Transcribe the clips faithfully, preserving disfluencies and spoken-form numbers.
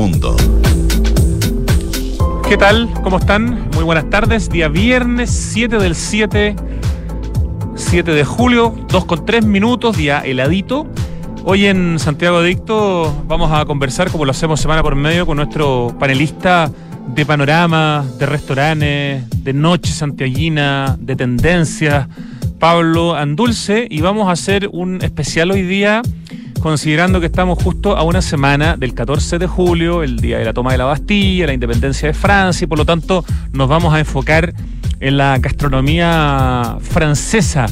mundo. ¿Qué tal? ¿Cómo están? Muy buenas tardes. Día viernes siete del siete, siete de julio, dos con tres minutos, día heladito. Hoy en Santiago Adicto vamos a conversar, como lo hacemos semana por medio, con nuestro panelista de panorama, de restaurantes, de noche santiaguina, de tendencias, Pablo Andulce, y vamos a hacer un especial hoy día, considerando que estamos justo a una semana del catorce de julio, el día de la toma de la Bastilla, la independencia de Francia, y por lo tanto nos vamos a enfocar en la gastronomía francesa.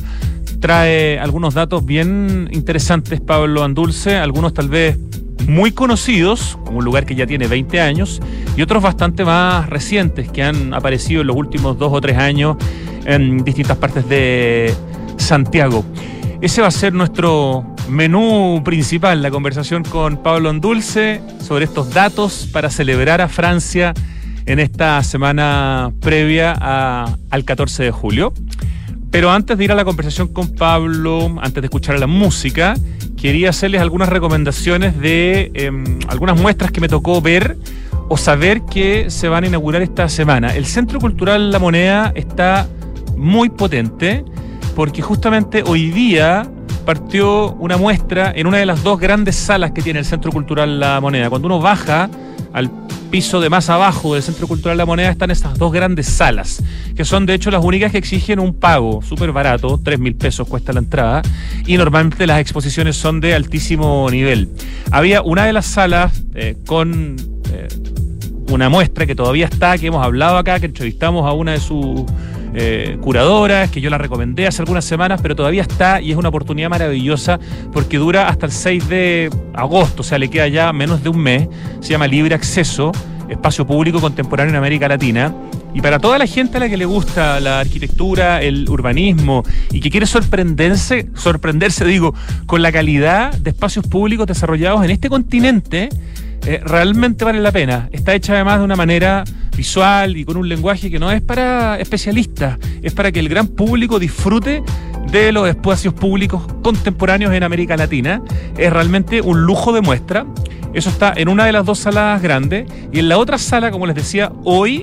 Trae algunos datos bien interesantes Pablo Andulce, algunos tal vez muy conocidos, como un lugar que ya tiene veinte años, y otros bastante más recientes que han aparecido en los últimos dos o tres años en distintas partes de Santiago. Ese va a ser nuestro menú principal, la conversación con Pablo Andulce sobre estos datos para celebrar a Francia en esta semana previa a, al catorce de julio. Pero antes de ir a la conversación con Pablo, antes de escuchar la música, quería hacerles algunas recomendaciones de eh, algunas muestras que me tocó ver o saber que se van a inaugurar esta semana. El Centro Cultural La Moneda está muy potente porque justamente hoy día partió una muestra en una de las dos grandes salas que tiene el Centro Cultural La Moneda. Cuando uno baja al piso de más abajo del Centro Cultural La Moneda están estas dos grandes salas, que son de hecho las únicas que exigen un pago súper barato, tres mil pesos cuesta la entrada, y normalmente las exposiciones son de altísimo nivel. Había una de las salas eh, con eh, una muestra que todavía está, que hemos hablado acá, que entrevistamos a una de sus Eh, curadoras, que yo la recomendé hace algunas semanas, pero todavía está y es una oportunidad maravillosa porque dura hasta el seis de agosto, o sea, le queda ya menos de un mes. Se llama Libre Acceso, espacio público contemporáneo en América Latina, y para toda la gente a la que le gusta la arquitectura, el urbanismo y que quiere sorprenderse, sorprenderse digo, con la calidad de espacios públicos desarrollados en este continente, eh, realmente vale la pena. Está hecha además de una manera visual y con un lenguaje que no es para especialistas, es para que el gran público disfrute de los espacios públicos contemporáneos en América Latina. Es realmente un lujo de muestra. Eso está en una de las dos salas grandes, y en la otra sala, como les decía, hoy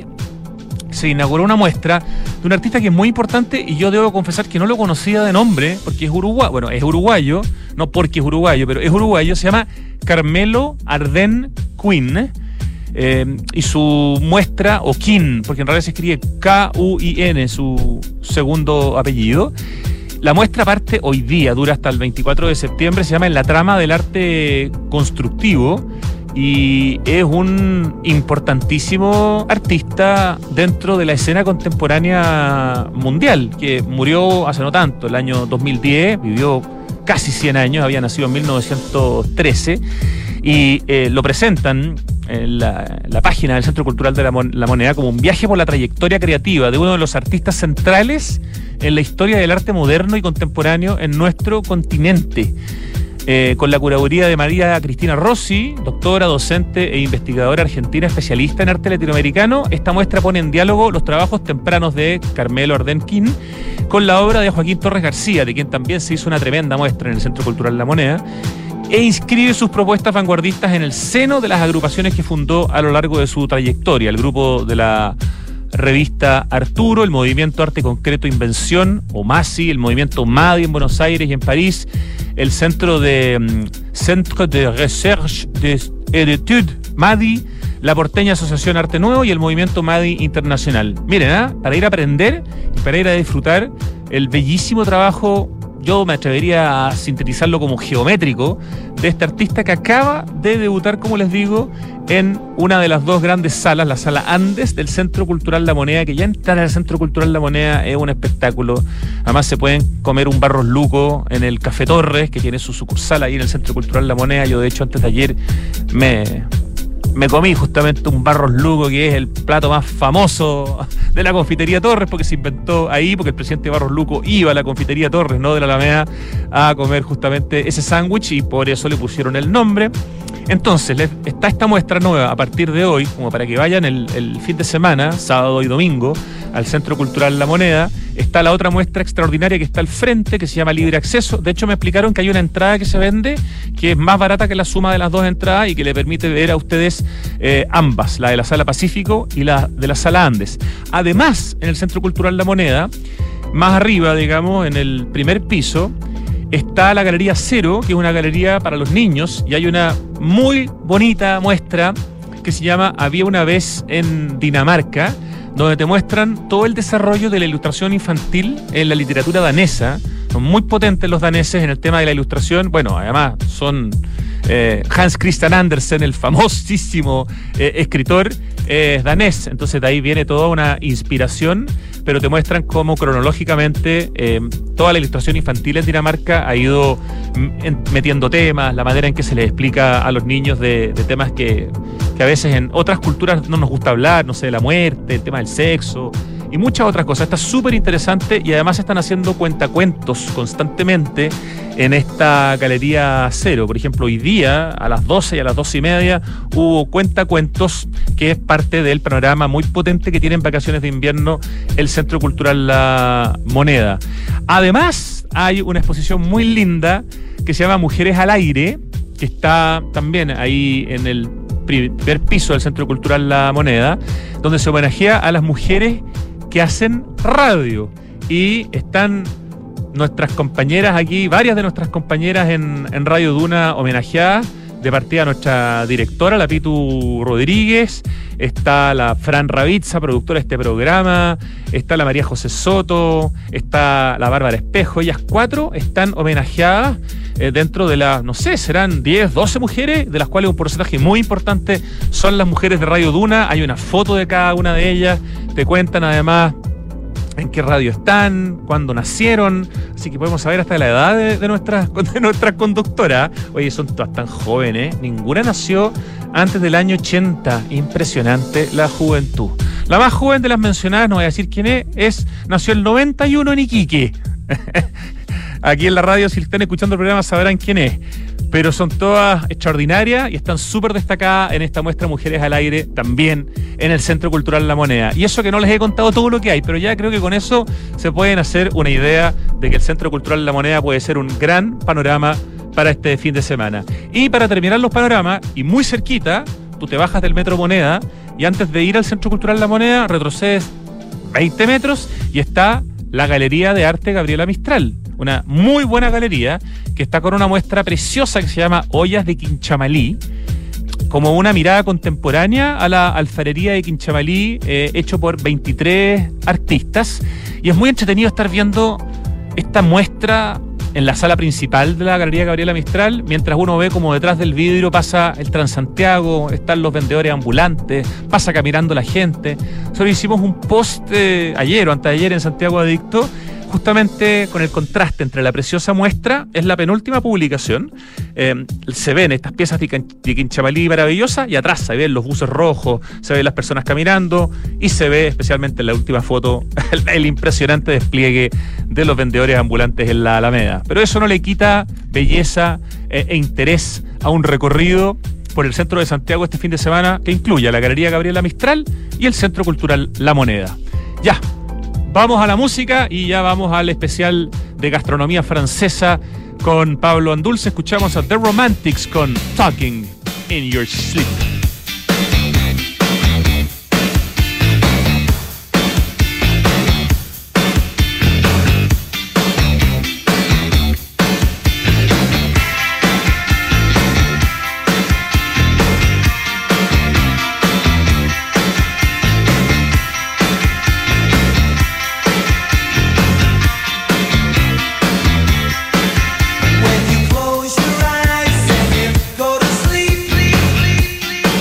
se inauguró una muestra de un artista que es muy importante, y yo debo confesar que no lo conocía de nombre, porque es uruguayo, bueno, es uruguayo, no porque es uruguayo, pero es uruguayo, se llama Carmelo Arden Quinn. Eh, y su muestra, o Quinn, porque en realidad se escribe K U I N, su segundo apellido. La muestra parte hoy día, dura hasta el veinticuatro de septiembre, se llama En la trama del arte constructivo, y es un importantísimo artista dentro de la escena contemporánea mundial, que murió hace no tanto, el año dos mil diez, vivió casi cien años, había nacido en mil novecientos trece, y eh, lo presentan en la, la página del Centro Cultural de la, Mon- la Moneda como un viaje por la trayectoria creativa de uno de los artistas centrales en la historia del arte moderno y contemporáneo en nuestro continente. Eh, con la curaduría de María Cristina Rossi, doctora, docente e investigadora argentina especialista en arte latinoamericano, esta muestra pone en diálogo los trabajos tempranos de Carmelo Arden Quinn con la obra de Joaquín Torres García, de quien también se hizo una tremenda muestra en el Centro Cultural La Moneda, e inscribe sus propuestas vanguardistas en el seno de las agrupaciones que fundó a lo largo de su trayectoria: el grupo de la revista Arturo, el movimiento Arte Concreto Invención, o MASI, el movimiento MADI en Buenos Aires y en París, el centro de um, Centre de Recherche et d'Etudes MADI, la porteña Asociación Arte Nuevo y el movimiento MADI Internacional. Miren, ¿eh? para ir a aprender y para ir a disfrutar el bellísimo trabajo, yo me atrevería a sintetizarlo como geométrico, de este artista que acaba de debutar, como les digo, en una de las dos grandes salas, la sala Andes del Centro Cultural La Moneda, que ya entrar al Centro Cultural La Moneda es un espectáculo. Además se pueden comer un Barros Luco en el Café Torres, que tiene su sucursal ahí en el Centro Cultural La Moneda. Yo de hecho antes de ayer me... me comí justamente un Barros Luco, que es el plato más famoso de la Confitería Torres, porque se inventó ahí, porque el presidente Barros Luco iba a la Confitería Torres, no de la Alameda, a comer justamente ese sándwich, y por eso le pusieron el nombre. Entonces, les, está esta muestra nueva a partir de hoy, como para que vayan el, el fin de semana, sábado y domingo, al Centro Cultural La Moneda. Está la otra muestra extraordinaria que está al frente, que se llama Libre Acceso. De hecho, me explicaron que hay una entrada que se vende que es más barata que la suma de las dos entradas y que le permite ver a ustedes eh, ambas, la de la Sala Pacífico y la de la Sala Andes. Además, en el Centro Cultural La Moneda, más arriba, digamos, en el primer piso, está la Galería Cero, que es una galería para los niños, y hay una muy bonita muestra que se llama Había una vez en Dinamarca, donde te muestran todo el desarrollo de la ilustración infantil en la literatura danesa. Son muy potentes los daneses en el tema de la ilustración. Bueno, además son eh, Hans Christian Andersen, el famosísimo eh, escritor eh, danés. Entonces de ahí viene toda una inspiración, pero te muestran cómo cronológicamente eh, toda la ilustración infantil en Dinamarca ha ido m- metiendo temas, la manera en que se les explica a los niños de, de temas que, que a veces en otras culturas no nos gusta hablar, no sé, la muerte, el tema del sexo y muchas otras cosas. Está súper interesante y además están haciendo cuentacuentos constantemente en esta Galería Cero. Por ejemplo, hoy día a las doce y a las doce y media hubo cuentacuentos, que es parte del panorama muy potente que tiene en vacaciones de invierno el Centro Cultural La Moneda. Además, hay una exposición muy linda que se llama Mujeres al Aire, que está también ahí en el primer piso del Centro Cultural La Moneda, donde se homenajea a las mujeres que hacen radio. Y están nuestras compañeras aquí, varias de nuestras compañeras en, en Radio Duna homenajeadas. De partida nuestra directora, la Pitu Rodríguez, está la Fran Ravizza, productora de este programa, está la María José Soto, está la Bárbara Espejo. Ellas cuatro están homenajeadas eh, dentro de las, no sé, serán diez, doce mujeres, de las cuales un porcentaje muy importante son las mujeres de Radio Duna. Hay una foto de cada una de ellas, te cuentan además en qué radio están, cuándo nacieron, así que podemos saber hasta la edad de, de nuestras de nuestras conductoras. Oye, son todas tan jóvenes, ninguna nació antes del año ochenta, impresionante la juventud. La más joven de las mencionadas, no voy a decir quién es, es nació el noventa y uno en Iquique. Aquí en la radio, si están escuchando el programa, sabrán quién es. Pero son todas extraordinarias y están súper destacadas en esta muestra Mujeres al Aire, también en el Centro Cultural La Moneda. Y eso que no les he contado todo lo que hay, pero ya creo que con eso se pueden hacer una idea de que el Centro Cultural La Moneda puede ser un gran panorama para este fin de semana. Y para terminar los panoramas, y muy cerquita, tú te bajas del Metro Moneda y antes de ir al Centro Cultural La Moneda retrocedes veinte metros y está la Galería de Arte Gabriela Mistral. Una muy buena galería que está con una muestra preciosa que se llama Ollas de Quinchamalí, como una mirada contemporánea a la alfarería de Quinchamalí, eh, hecho por veintitrés artistas. Y es muy entretenido estar viendo esta muestra en la sala principal de la Galería Gabriela Mistral, mientras uno ve como detrás del vidrio pasa el Transantiago, están los vendedores ambulantes, pasa caminando la gente. Nosotros hicimos un post eh, ayer o antes de ayer en Santiago Adicto, justamente con el contraste entre la preciosa muestra, es la penúltima publicación, eh, se ven estas piezas de, de Quinchamalí maravillosas y atrás se ven los buses rojos, se ven las personas caminando y se ve especialmente en la última foto el, el impresionante despliegue de los vendedores ambulantes en la Alameda. Pero eso no le quita belleza eh, e interés a un recorrido por el centro de Santiago este fin de semana que incluye la Galería Gabriela Mistral y el Centro Cultural La Moneda. Ya. Vamos a la música y ya vamos al especial de gastronomía francesa con Pablo Andulce. Escuchamos a The Romantics con Talking in Your Sleep. When you close your eyes and you go to sleep, sleep, sleep, sleep.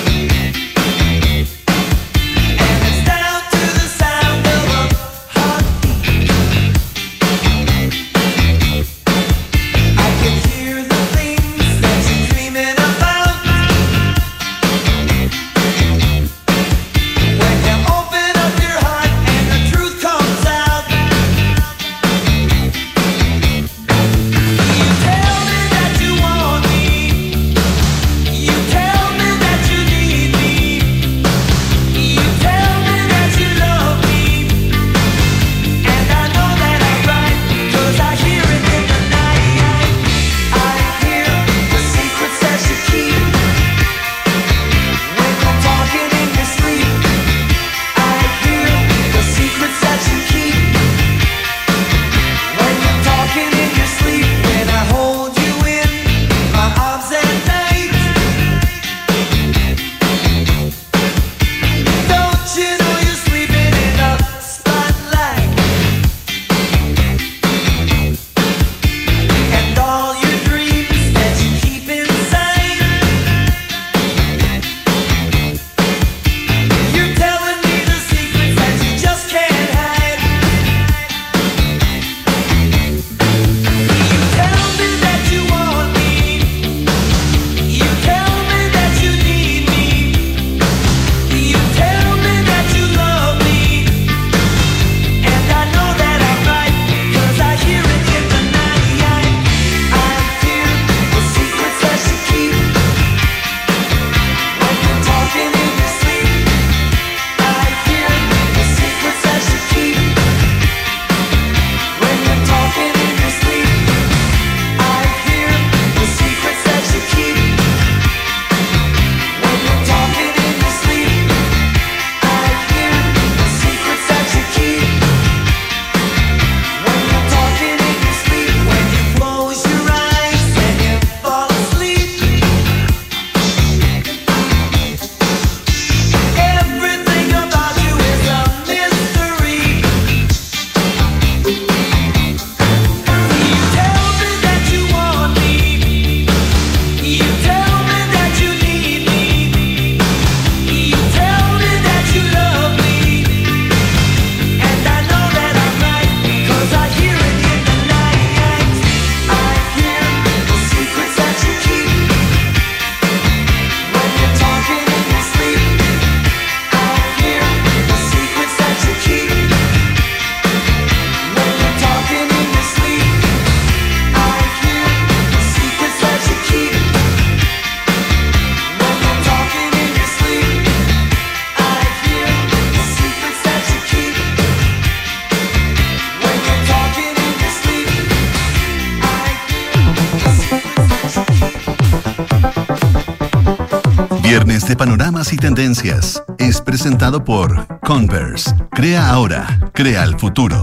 Miles de panoramas y tendencias. Es presentado por Converse. Crea ahora, crea el futuro.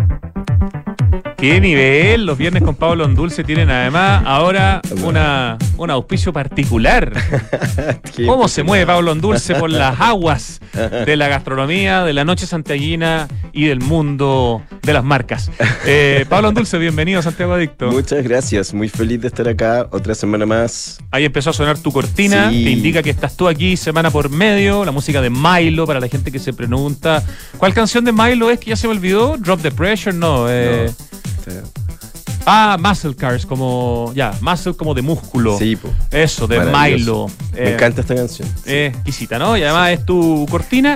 ¡Qué nivel! Los viernes con Pablo Ondulce tienen además ahora una, un auspicio particular. ¿Cómo se mueve Pablo Ondulce por las aguas de la gastronomía, de la noche santiaguina y del mundo de las marcas? Eh, Pablo Ondulce, bienvenido a Santiago Adicto. Muchas gracias, muy feliz de estar acá otra semana más. Ahí empezó a sonar tu cortina, sí. Que indica que estás tú aquí semana por medio, la música de Milo, para la gente que se pregunta ¿cuál canción de Milo es que ya se me olvidó? Drop the Pressure, no, eh... no. Ah, Muscle Cars, como. Ya, Muscle como de músculo. Sí, po. Eso, de Milo. Me eh, encanta esta canción. Sí. Es exquisita, ¿no? Y además sí. Es tu cortina.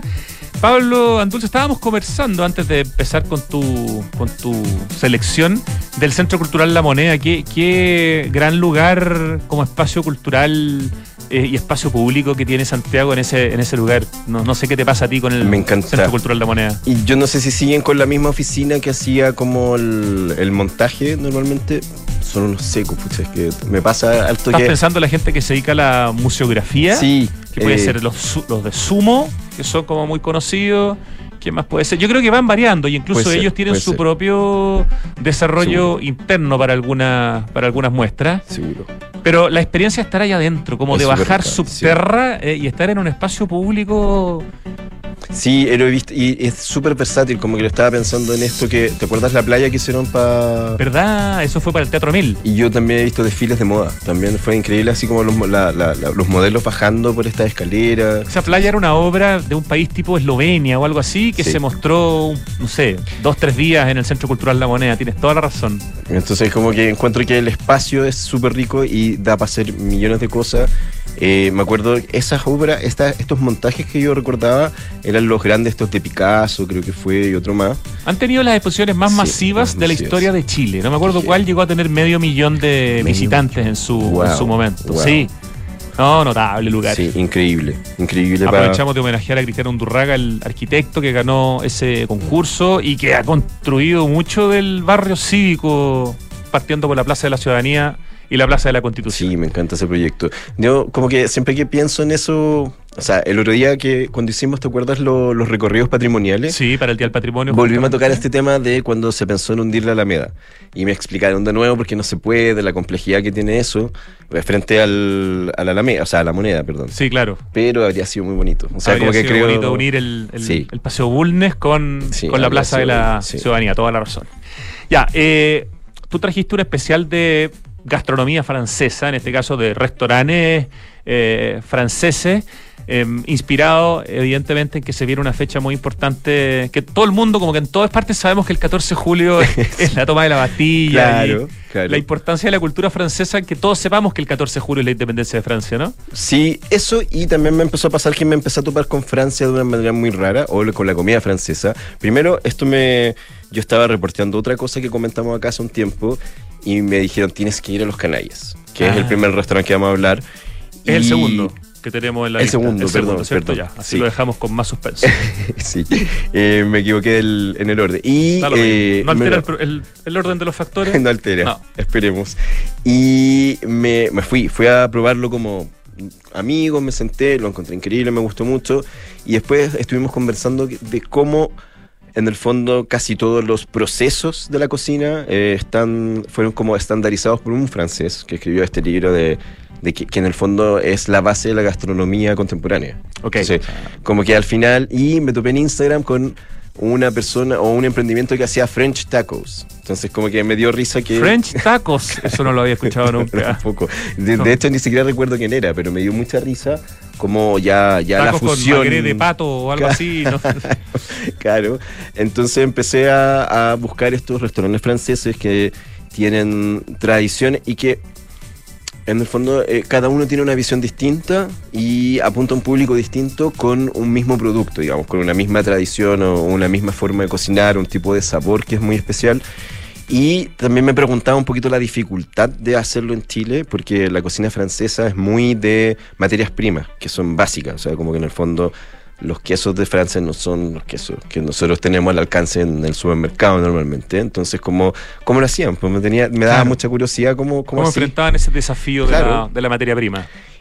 Pablo Ondulce, estábamos conversando antes de empezar con tu, con tu selección del Centro Cultural La Moneda. Qué, qué gran lugar como espacio cultural eh, y espacio público que tiene Santiago en ese, en ese lugar. No, no sé qué te pasa a ti con el Me encanta. Centro Cultural La Moneda. Y yo no sé si siguen con la misma oficina que hacía como el, el montaje normalmente. Son unos secos, pucha, es que me pasa alto. ¿Estás que... pensando en la gente que se dedica a la museografía? Sí. Que puede eh... ser los, los de Sumo, que son como muy conocidos. ¿Quién más puede ser? Yo creo que van variando y incluso puede ellos ser, tienen su ser. propio desarrollo Seguro. interno para, alguna, para algunas muestras. Seguro. Pero la experiencia es estar allá adentro, como es de bajar rica, subterra sí. eh, y estar en un espacio público. Sí, lo he visto y es súper versátil, como que lo estaba pensando en esto que, ¿te acuerdas la playa que hicieron para...? ¿Verdad? Eso fue para el Teatro Mil. Y yo también he visto desfiles de moda, también fue increíble así como los, la, la, la, los modelos bajando por esta escalera. Esa playa era una obra de un país tipo Eslovenia o algo así, que sí. se mostró, no sé, dos, tres días en el Centro Cultural La Moneda, tienes toda la razón. Entonces como que encuentro que el espacio es súper rico y da para hacer millones de cosas. Eh, me acuerdo, esas obras, esta, estos montajes que yo recordaba eran los grandes, estos de Picasso, creo que fue, y otro más. Han tenido las exposiciones más sí, masivas más de la masivas. historia de Chile. No me acuerdo Sí. cuál llegó a tener medio millón de Medio visitantes millón. en su, Wow, en su momento. wow. Sí. No, notable lugar. Sí, increíble, increíble. Aprovechamos para... de homenajear a Cristiano Undurraga, el arquitecto que ganó ese concurso y que ha construido mucho del barrio cívico, partiendo por la Plaza de la Ciudadanía y la Plaza de la Constitución. Sí, me encanta ese proyecto. Yo como que siempre que pienso en eso, o sea, el otro día que cuando hicimos, ¿te acuerdas lo, los recorridos patrimoniales? Sí, para el Día del Patrimonio. Volvimos a tocar este tema de cuando se pensó en hundir la Alameda. Y me explicaron de nuevo porque no se puede, la complejidad que tiene eso, frente al, a la Alameda, o sea, a la moneda, perdón. Sí, claro. Pero habría sido muy bonito. O sea, habría como que sido creo... bonito unir el, el, sí. el Paseo Bulnes con, sí, con la Plaza de la sí. Ciudadanía, toda la razón. Ya, eh, tú trajiste un especial de gastronomía francesa, en este caso de restaurantes eh, franceses, eh, inspirado evidentemente en que se viene una fecha muy importante, que todo el mundo, como que en todas partes sabemos que el catorce de julio es, es la toma de la Bastilla. Claro, y claro. La importancia de la cultura francesa, que todos sepamos que el catorce de julio es la independencia de Francia, ¿no? Sí, eso, y también me empezó a pasar que me empecé a topar con Francia de una manera muy rara, o con la comida francesa. Primero, esto me... Yo estaba reporteando otra cosa que comentamos acá hace un tiempo, y me dijeron, tienes que ir a Los Canallas, que ah. es el primer restaurante que vamos a hablar. Es y... el segundo que tenemos en la el lista. Segundo, el segundo, perdón, ¿cierto? perdón. Ya, así Sí. lo dejamos con más suspenso. sí, eh, me equivoqué el, en el orden. Y, Dalo, eh, no altera me... el, el, el orden de los factores. no altera, no. Esperemos. Y me, me fui, fui a probarlo como amigo, me senté, lo encontré increíble, me gustó mucho. Y después estuvimos conversando de cómo, en el fondo, casi todos los procesos de la cocina eh, están, fueron como estandarizados por un francés que escribió este libro de... De que, que en el fondo es la base de la gastronomía contemporánea. Ok. Entonces, como que al final, y me topé en Instagram con una persona o un emprendimiento que hacía French tacos. Entonces como que me dio risa que... French tacos, eso no lo había escuchado nunca. Tampoco. De, No. de hecho ni siquiera recuerdo quién era, pero me dio mucha risa como ya, ya Tacos la fusión... con magre de pato o algo Claro. así. ¿No? Claro. Entonces empecé a, a buscar estos restaurantes franceses que tienen tradición y que en el fondo eh, cada uno tiene una visión distinta y apunta a un público distinto con un mismo producto, digamos, con una misma tradición o una misma forma de cocinar, un tipo de sabor que es muy especial. Y también me preguntaba un poquito la dificultad de hacerlo en Chile, porque la cocina francesa es muy de materias primas, que son básicas, o sea, como que en el fondo los quesos de Francia no son los quesos que nosotros tenemos al alcance en el supermercado normalmente. Entonces, ¿cómo, cómo lo hacían? Pues me, tenía, me daba Claro. mucha curiosidad cómo, cómo, ¿Cómo así. enfrentaban ese desafío Claro. de, la, de la materia prima?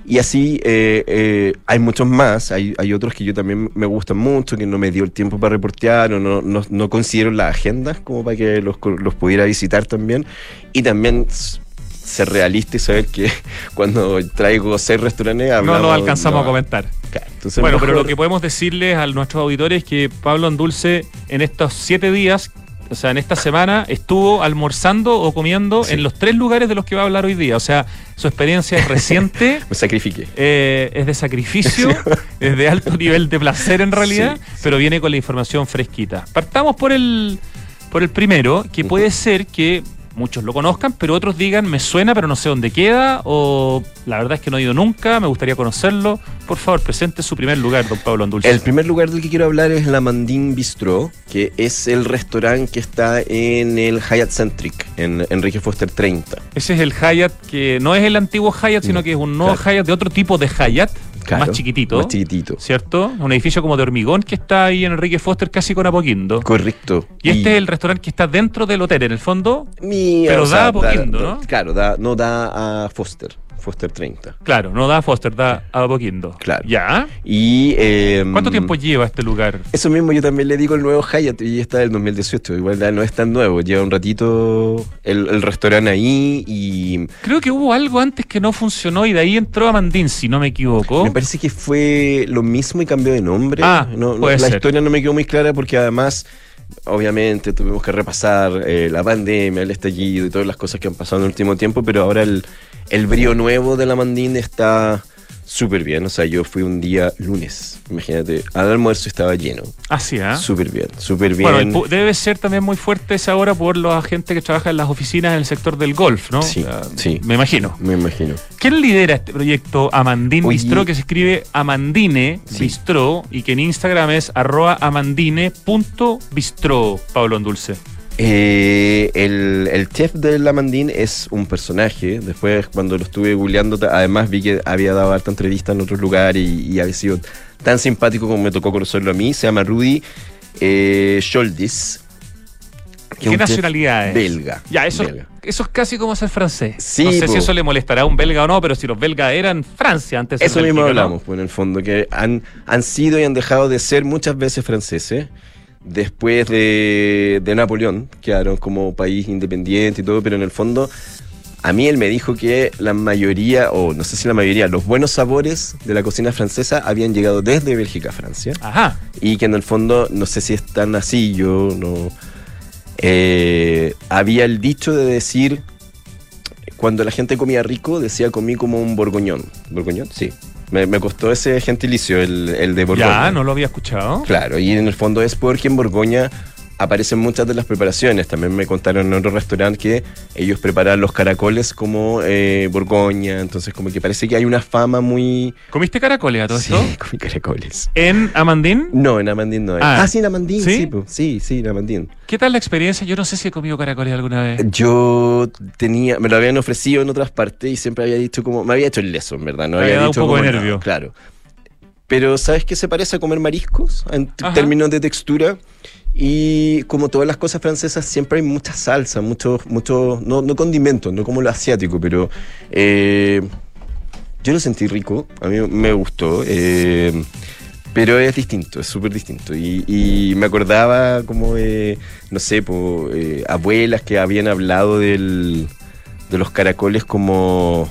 Y así eh, eh, hay muchos más, hay, hay otros que yo también me gustan mucho, que no me dio el tiempo para reportear o no, no, no considero las agendas como para que los, los pudiera visitar también. Y también ser realista y saber que cuando traigo seis restaurantes hablamos, no lo alcanzamos no, a comentar. Claro, entonces bueno, mejor... pero lo que podemos decirles a nuestros auditores es que Pablo Andulce en estos siete días, o sea, en esta semana, estuvo almorzando o comiendo sí. en los tres lugares de los que va a hablar hoy día. O sea, su experiencia es reciente. Me sacrifiqué. Eh, es de sacrificio, sí. es de alto nivel de placer en realidad, sí, sí. pero viene con la información fresquita. Partamos por el, por el primero, que puede ser que muchos lo conozcan, pero otros digan, me suena, pero no sé dónde queda, o la verdad es que no he ido nunca, me gustaría conocerlo. Por favor, presente su primer lugar, don Pablo Andulce. El primer lugar del que quiero hablar es la Amandine Bistro, que es el restaurante que está en el Hyatt Centric, en Enrique Foster treinta. Ese es el Hyatt que no es el antiguo Hyatt, sino que es un nuevo claro. Hyatt de otro tipo de Hyatt. Claro, más chiquitito, más chiquitito, ¿cierto? Un edificio como de hormigón que está ahí en Enrique Foster, casi con Apoquindo. Correcto. Y, y este es el restaurante que está dentro del hotel, en el fondo, mi, pero da sea, a Apoquindo, da, ¿no? Claro, da, no da a Foster. Foster treinta. Claro, no da a Foster, da a Apoquindo. Claro. ¿Ya? Y, eh, ¿cuánto tiempo lleva este lugar? Eso mismo yo también le digo el nuevo Hyatt, y está del dos mil dieciocho. Igual no es tan nuevo, lleva un ratito el, el restaurante ahí y... Creo que hubo algo antes que no funcionó y de ahí entró Amandine, si no me equivoco. Me parece que fue lo mismo y cambió de nombre. Ah, no, puede no, la ser. historia no me quedó muy clara porque además... Obviamente tuvimos que repasar eh, la pandemia, el estallido y todas las cosas que han pasado en el último tiempo, pero ahora el, el brío nuevo de la Amandine está súper bien. O sea, yo fui un día lunes, imagínate, al almuerzo estaba lleno. Así, ¿ah? ¿eh? Súper bien, súper bien. Bueno, debe ser también muy fuerte esa hora por la gente que trabaja en las oficinas en el sector del golf, ¿no? Sí, o sea, sí. Me imagino. Me imagino. ¿Quién lidera este proyecto Amandine Oye, Bistro, que se escribe Amandine sí. Bistro y que en Instagram es arroba amandine punto bistro, Pablo Andulce? Eh, el, el chef de la Amandine es un personaje. Después, cuando lo estuve googleando, además vi que había dado harta entrevista en otros lugares y, y había sido tan simpático como me tocó conocerlo a mí. Se llama Rudy eh, Scholdis. ¿Qué nacionalidad es? Belga. Ya, eso, belga. eso es casi como ser francés. Sí, no sé po. si eso le molestará a un belga o no, pero si los belgas eran Francia antes de Eso ser mismo Bélgica, hablamos, ¿no? pues, en el fondo, que han, han sido y han dejado de ser muchas veces franceses. Después de, de Napoleón, quedaron como país independiente y todo, pero en el fondo, a mí él me dijo que la mayoría, o no sé si la mayoría, los buenos sabores de la cocina francesa habían llegado desde Bélgica a Francia. Ajá. Y que en el fondo, no sé si es tan así, yo no... Eh, había el dicho de decir, cuando la gente comía rico, decía comí como un borgoñón. ¿Borgoñón? Sí. Me, me costó ese gentilicio, el, el de Borgoña. Ya, no lo había escuchado. Claro, y en el fondo es porque en Borgoña aparecen muchas de las preparaciones. También me contaron en otro restaurante que ellos preparan los caracoles como eh, Borgoña, entonces como que parece que hay una fama muy... ¿Comiste caracoles a todo sí, esto? comí caracoles. ¿En Amandine? No, en Amandine no es. Ah, Ah, sí, en Amandine, ¿sí? sí, po. sí, sí, en Amandine. ¿Qué tal la experiencia? Yo no sé si he comido caracoles alguna vez. Yo tenía, me lo habían ofrecido en otras partes y siempre había dicho como, me había hecho el leso, en verdad, no Me había había dado dicho un poco como, de no, nervio. claro. Pero ¿sabes qué se parece a comer mariscos en t- Ajá. términos de textura? Y como todas las cosas francesas, siempre hay mucha salsa, mucho, mucho no, no condimentos, no como lo asiático, pero eh, yo lo sentí rico, a mí me gustó, eh, pero es distinto, es súper distinto. Y, y me acordaba como de, no sé, po, eh, abuelas que habían hablado del, de los caracoles como...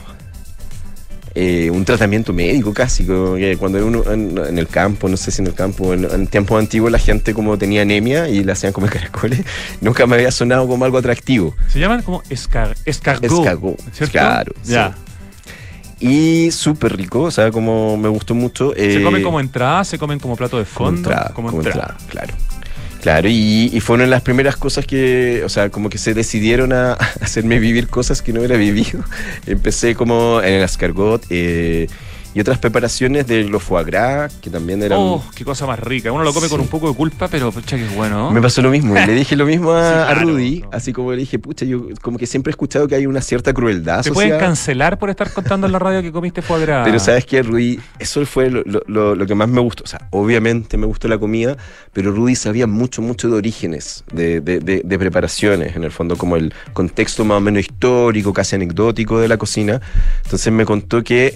Eh, un tratamiento médico casi, como que cuando uno en, en el campo, no sé si en el campo, en, en tiempos antiguos la gente como tenía anemia y le hacían comer caracoles, nunca me había sonado como algo atractivo. Se llaman como escar escargot. Escargot, ¿cierto? claro, Ya. Sí. Y súper rico, o sea, como me gustó mucho. ¿Se eh, come como entrada? ¿Se comen como plato de como fondo? entrada, como como entrada. entrada, claro. Claro, y, y fueron las primeras cosas que, o sea, como que se decidieron a, a hacerme vivir cosas que no hubiera vivido. Empecé como en el escargot eh, y otras preparaciones de los foie gras, que también eran... Oh, qué cosa más rica. Uno lo come Sí. con un poco de culpa, pero pucha que es bueno, ¿no? Me pasó lo mismo, y le dije lo mismo a, Sí, a claro, Rudy, no. así como le dije, pucha, yo como que siempre he escuchado que hay una cierta crueldad Te pueden asociada. cancelar por estar contando en la radio que comiste foie gras. Pero ¿sabes qué, Rudy? Eso fue lo, lo- lo- lo que más me gustó. O sea, obviamente me gustó la comida, pero Rudy sabía mucho, mucho de orígenes, de, de- de- de preparaciones, en el fondo, como el contexto más o menos histórico, casi anecdótico de la cocina. Entonces me contó que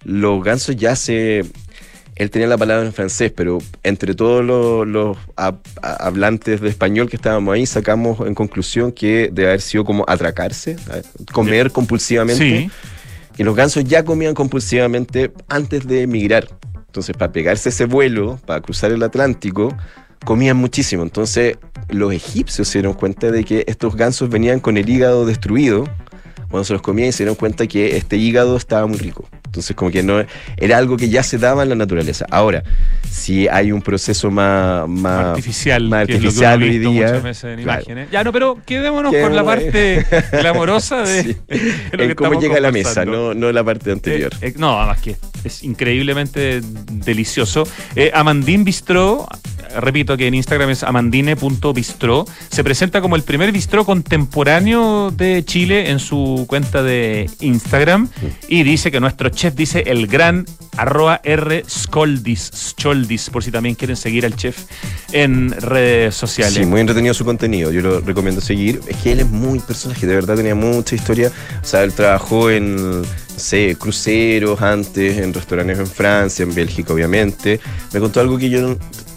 los gansos ya se... Él tenía la palabra en francés, pero entre todos los, los hab, hablantes de español que estábamos ahí, sacamos en conclusión que debe haber sido como atracarse, comer compulsivamente. Sí. Y los gansos ya comían compulsivamente antes de emigrar. Entonces, para pegarse ese vuelo, para cruzar el Atlántico, comían muchísimo. Entonces, los egipcios se dieron cuenta de que estos gansos venían con el hígado destruido. Cuando se los comían, se dieron cuenta que este hígado estaba muy rico. Entonces, como que no era algo que ya se daba en la naturaleza. Ahora, si hay un proceso más, más artificial, más que artificial es lo que hoy uno ha visto día. muchas veces en Claro. imágenes. Ya, no, pero quedémonos Quedemos con la ahí. parte glamorosa de, Sí. de lo En que cómo estamos llega a la mesa, conversando. no, no la parte anterior. Eh, eh, no, además que es increíblemente delicioso. Eh, Amandine Bistró, repito que en Instagram es amandine punto bistró, se presenta como el primer bistró contemporáneo de Chile en su cuenta de Instagram y dice que nuestro chef dice el gran arroba R Skoldis, Skoldis, por si también quieren seguir al chef en redes sociales. Sí, muy entretenido su contenido, yo lo recomiendo seguir. Es que él es muy personaje, de verdad tenía mucha historia. O sea, él trabajó en, no sé, cruceros antes, en restaurantes en Francia, en Bélgica, obviamente. Me contó algo que yo no,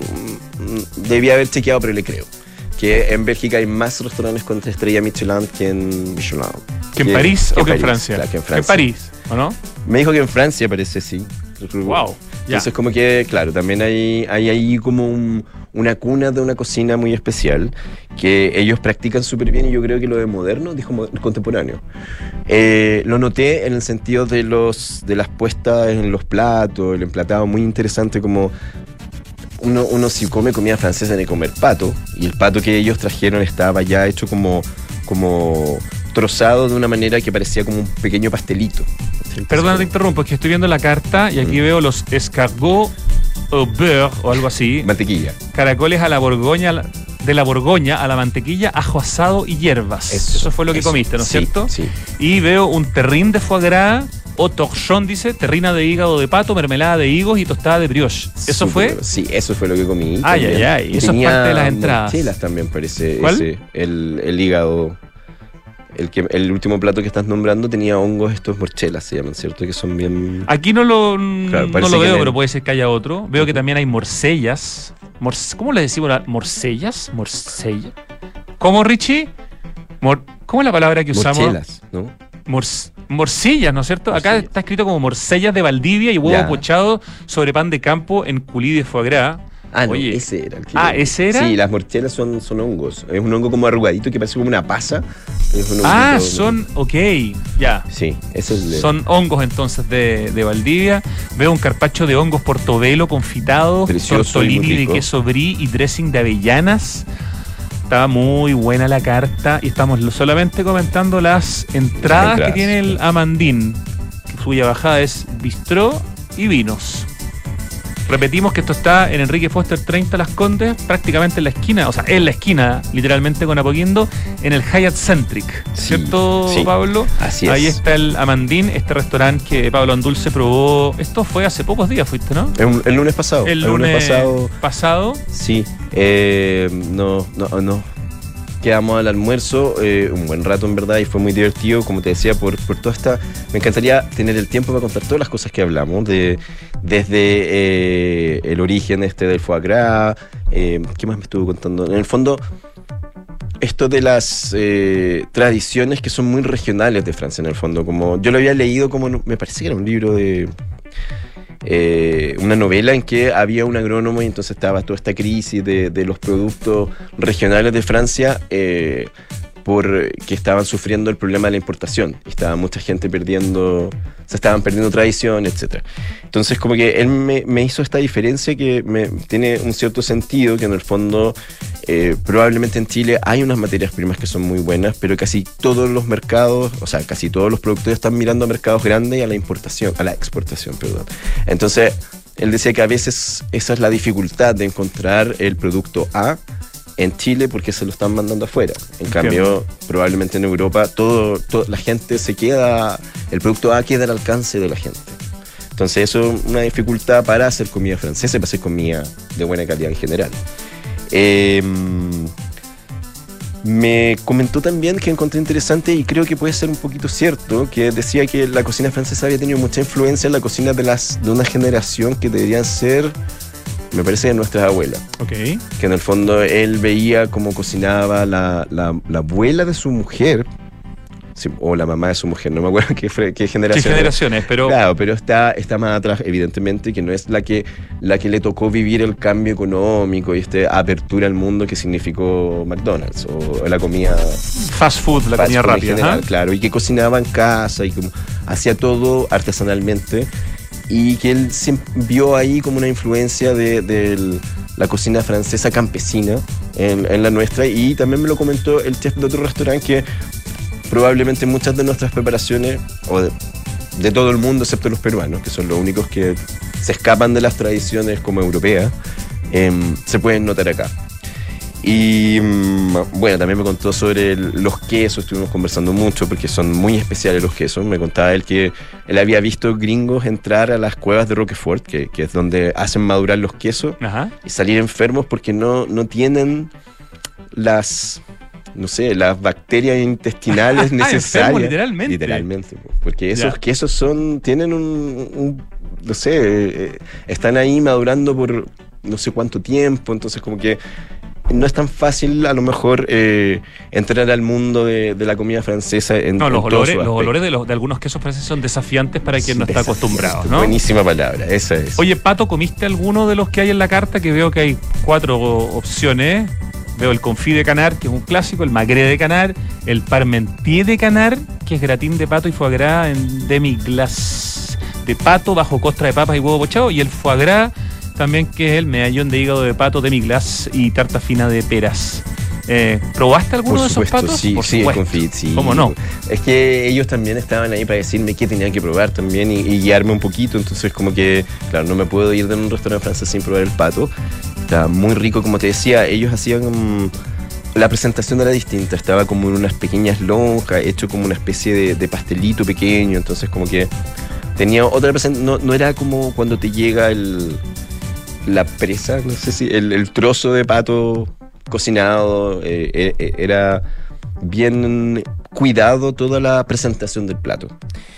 mm, debía haber chequeado, pero le creo. Que en Bélgica hay más restaurantes con estrella Michelin que en Michelin. ¿Que en París que o que en París, Francia? claro, que en En Francia. París, ¿o no? Me dijo que en Francia parece, sí. Wow. Ya. Entonces como que, claro, también hay, hay ahí como un, una cuna de una cocina muy especial que ellos practican súper bien y yo creo que lo de moderno, dijo mo- contemporáneo. Eh, lo noté en el sentido de, los, de las puestas en los platos, el emplatado muy interesante como... Uno, uno si come comida francesa tiene que comer pato y el pato que ellos trajeron estaba ya hecho como, como trozado de una manera que parecía como un pequeño pastelito. Perdona, te interrumpo, es que estoy viendo la carta y aquí Mm. veo los escargots au beurre o algo así. Mantequilla. Caracoles a la borgoña, de la Borgoña a la mantequilla, ajo asado y hierbas. Eso, eso fue lo que eso. comiste, ¿no es Sí, cierto? Sí. Y veo un terrine de foie gras o torchón, dice, terrina de hígado de pato, mermelada de higos y tostada de brioche. ¿Eso Súper fue? bueno. Sí, eso fue lo que comí. Ay, también. ay, ay. Y Eso es tenía parte de las entradas. morchelas también parece. ¿Cuál? Ese, el, el hígado. El, que, el último plato que estás nombrando tenía hongos, estos morchelas se llaman, ¿cierto? Que son bien... Aquí no lo, Claro, no parece lo que veo, en el- pero puede ser que haya otro. Veo que también hay morcellas. Mor- ¿Cómo le decimos? la- ¿Morcellas? ¿Morcella? ¿Cómo, Richie? Mor- ¿Cómo es la palabra que usamos? Morchelas, ¿no? Mor- morcillas, ¿no es cierto? Acá Morcilla. está escrito como morcellas de Valdivia y huevo Ya. pochado sobre pan de campo en culí de foie gras. Ah, no, Oye. ese era el que... Ah, ¿ese era? Sí, las morchelas son, son hongos. Es un hongo como arrugadito que parece como una pasa. Es un Ah, honguito- son, ok, ya. Sí, eso es... de- Son hongos entonces de, de Valdivia. Veo un carpaccio de hongos portobelo confitados, Precioso y tortolini muy de rico. queso brie y dressing de avellanas. Estaba muy buena la carta y estamos lo- solamente comentando las entradas, entradas. que tiene el Amandín, cuya bajada es bistró y vinos. Repetimos que esto está en Enrique Foster treinta Las Condes, prácticamente en la esquina, o sea, en la esquina, literalmente con Apoquindo, en el Hyatt Centric, Sí, ¿cierto, sí, Pablo? así es. Ahí está el Amandín, este restaurante que Pablo Andulce probó. Esto fue hace pocos días, fuiste, ¿no? El, el lunes pasado. El lunes, pasado... pasado. Sí, eh, no, no, no. Quedamos al almuerzo, eh, un buen rato en verdad, y fue muy divertido, como te decía, por, por toda esta... Me encantaría tener el tiempo para contar todas las cosas que hablamos, de, desde eh, el origen este del foie gras, eh, ¿qué más me estuvo contando? En el fondo, esto de las eh, tradiciones que son muy regionales de Francia, en el fondo, como yo lo había leído como, me parece que era un libro de... Eh, una novela en que había un agrónomo y entonces estaba toda esta crisis de, de los productos regionales de Francia eh, por que estaban sufriendo el problema de la importación. Estaba mucha gente perdiendo, se estaban perdiendo tradición, etcétera. Entonces como que él me, me hizo esta diferencia que me, tiene un cierto sentido, que en el fondo eh, probablemente en Chile hay unas materias primas que son muy buenas, pero casi todos los mercados, o sea, casi todos los productores están mirando a mercados grandes y a la importación, a la exportación, perdón. Entonces, él decía que a veces esa es la dificultad de encontrar el producto A en Chile porque se lo están mandando afuera. En cambio, probablemente en Europa todo, todo, la gente se queda, el producto A queda al alcance de la gente. Entonces eso es una dificultad para hacer comida francesa y para hacer comida de buena calidad en general. Eh, me comentó también que encontré interesante y creo que puede ser un poquito cierto, que decía que la cocina francesa había tenido mucha influencia en la cocina de, las, de una generación que deberían ser, me parece, de nuestras abuelas. Ok. Que en el fondo él veía cómo cocinaba la, la, la abuela de su mujer, sí, o la mamá de su mujer, no me acuerdo qué, qué generación. ¿Qué generaciones? Pero... Claro, pero está, está más atrás, evidentemente, que no es la que, la que le tocó vivir el cambio económico y esta apertura al mundo que significó McDonald's o la comida... Fast food, la fast comida food en rápida. general, ¿eh? claro, y que cocinaba en casa y como hacía todo artesanalmente y que él siempre vio ahí como una influencia de, de la cocina francesa campesina en, en la nuestra, y también me lo comentó el chef de otro restaurante que probablemente muchas de nuestras preparaciones, o de, de todo el mundo excepto los peruanos, que son los únicos que se escapan de las tradiciones como europeas, eh, se pueden notar acá. Y bueno, también me contó sobre el, los quesos, estuvimos conversando mucho porque son muy especiales los quesos. Me contaba él que él había visto gringos entrar a las cuevas de Roquefort, que, que es donde hacen madurar los quesos, Ajá. y salir enfermos porque no, no tienen las... no sé, las bacterias intestinales necesarias. Enfermo, literalmente. Literalmente. Porque esos Ya. quesos son, tienen un, un no sé, eh, están ahí madurando por no sé cuánto tiempo, entonces como que no es tan fácil a lo mejor eh, entrar al mundo de, de la comida francesa en, No, los en todos olores, sus los aspectos. olores de, los, de algunos quesos franceses son desafiantes para quien no está acostumbrado, ¿no? Buenísima palabra, esa es. Oye, Pato, ¿comiste alguno de los que hay en la carta? Que veo que hay cuatro opciones. Veo el confit de canard, que es un clásico, el magret de canard, el parmentier de canard, que es gratín de pato y foie gras en demi-glace de pato bajo costra de papas y huevo pochado, y el foie gras también, que es el medallón de hígado de pato, demi-glace y tarta fina de peras. Eh, ¿Probaste alguno Por de esos supuesto, patos? sí, Por sí, el supuesto. confit, sí. ¿Cómo no? Es que ellos también estaban ahí para decirme qué tenía que probar también y, y guiarme un poquito, entonces como que, claro, no me puedo ir de un restaurante francés sin probar el pato. Está muy rico, como te decía, ellos hacían... Um, la presentación era distinta, estaba como en unas pequeñas lonjas, hecho como una especie de, de pastelito pequeño, entonces como que tenía otra presentación, no, no era como cuando te llega el, la presa, no sé si, el, el trozo de pato cocinado, eh, eh, era bien cuidado toda la presentación del plato.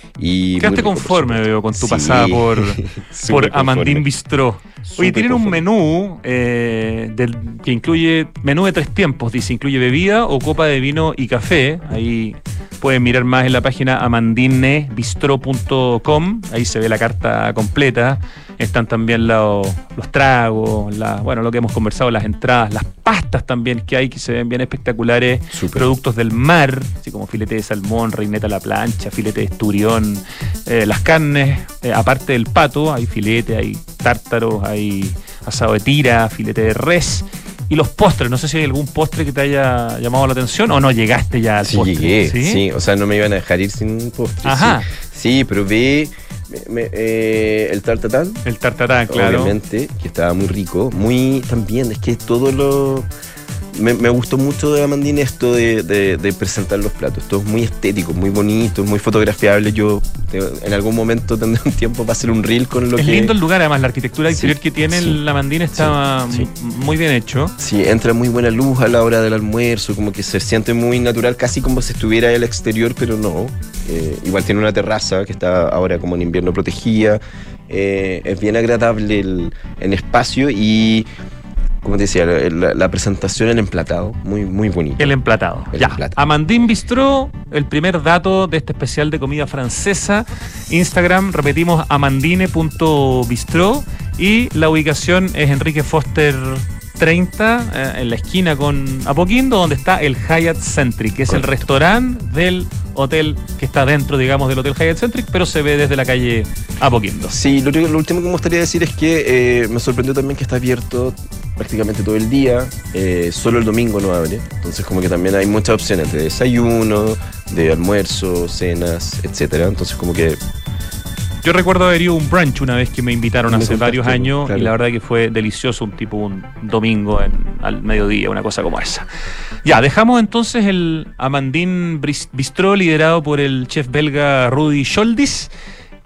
Y Quedaste muy rico, conforme, por veo, con tu Sí. pasada por, Súper por Amandine conforme. Bistrot. Oye, Súper tienen un conforme. menú eh, del, que incluye menú de tres tiempos. Dice, incluye bebida o copa de vino y café. Ahí pueden mirar más en la página amandine bistro punto com. Ahí se ve la carta completa. Están también los, los tragos, la, bueno, lo que hemos conversado, las entradas, las pastas también que hay, que se ven bien espectaculares. Súper. Productos del mar, así como filete de salmón, reineta a la plancha, filete de esturión, eh, las carnes, eh, aparte del pato, hay filete, hay tártaros, hay asado de tira, filete de res. Y los postres, no sé si hay algún postre que te haya llamado la atención o no llegaste ya al Sí, postre. llegué, ¿Sí? ¿sí? O sea, no me iban a dejar ir sin postre. Ajá. Sí, sí, probé me- me- eh, el tartatán, El tartatán, claro. obviamente, que estaba muy rico. Muy, también, es que todo lo... Me, me gustó mucho de Amandine esto de, de, de presentar los platos. Todo es muy estético, muy bonito, muy fotografiable. Yo te- en algún momento tendré un tiempo para hacer un reel con lo Es que... lindo el lugar, además, la arquitectura Sí, exterior que tiene sí, la Amandine está sí, sí. m- muy bien hecho. Sí, entra muy buena luz a la hora del almuerzo, como que se siente muy natural, casi como si estuviera al exterior, pero no. Eh, igual tiene una terraza que está ahora como en invierno protegida. Eh, es bien agradable el, el espacio y, como te decía, la, la- la presentación, el emplatado, muy, muy bonito. El emplatado. El ya. emplatado. Amandine Bistrot, el primer dato de este especial de comida francesa. Instagram, repetimos, amandine punto bistrot. Y la ubicación es Enrique Foster treinta, eh, en la esquina con Apoquindo, donde está el Hyatt Centric, que es Correcto. el restaurante del hotel que está dentro, digamos, del Hotel Hyatt Centric, pero se ve desde la calle Apoquindo. Sí, lo, lo último que me gustaría decir es que eh, me sorprendió también que está abierto prácticamente todo el día, eh, solo el domingo no abre, entonces como que también hay muchas opciones de desayuno, de almuerzo, cenas, etcétera, entonces como que Yo recuerdo haber ido a un brunch una vez que me invitaron Me hace contaste, varios años, claro. y la verdad que fue delicioso, un tipo un domingo en, al mediodía, una cosa como esa. Ya, dejamos entonces el Amandine Bris- Bistrot liderado por el chef belga Rudy Scholdies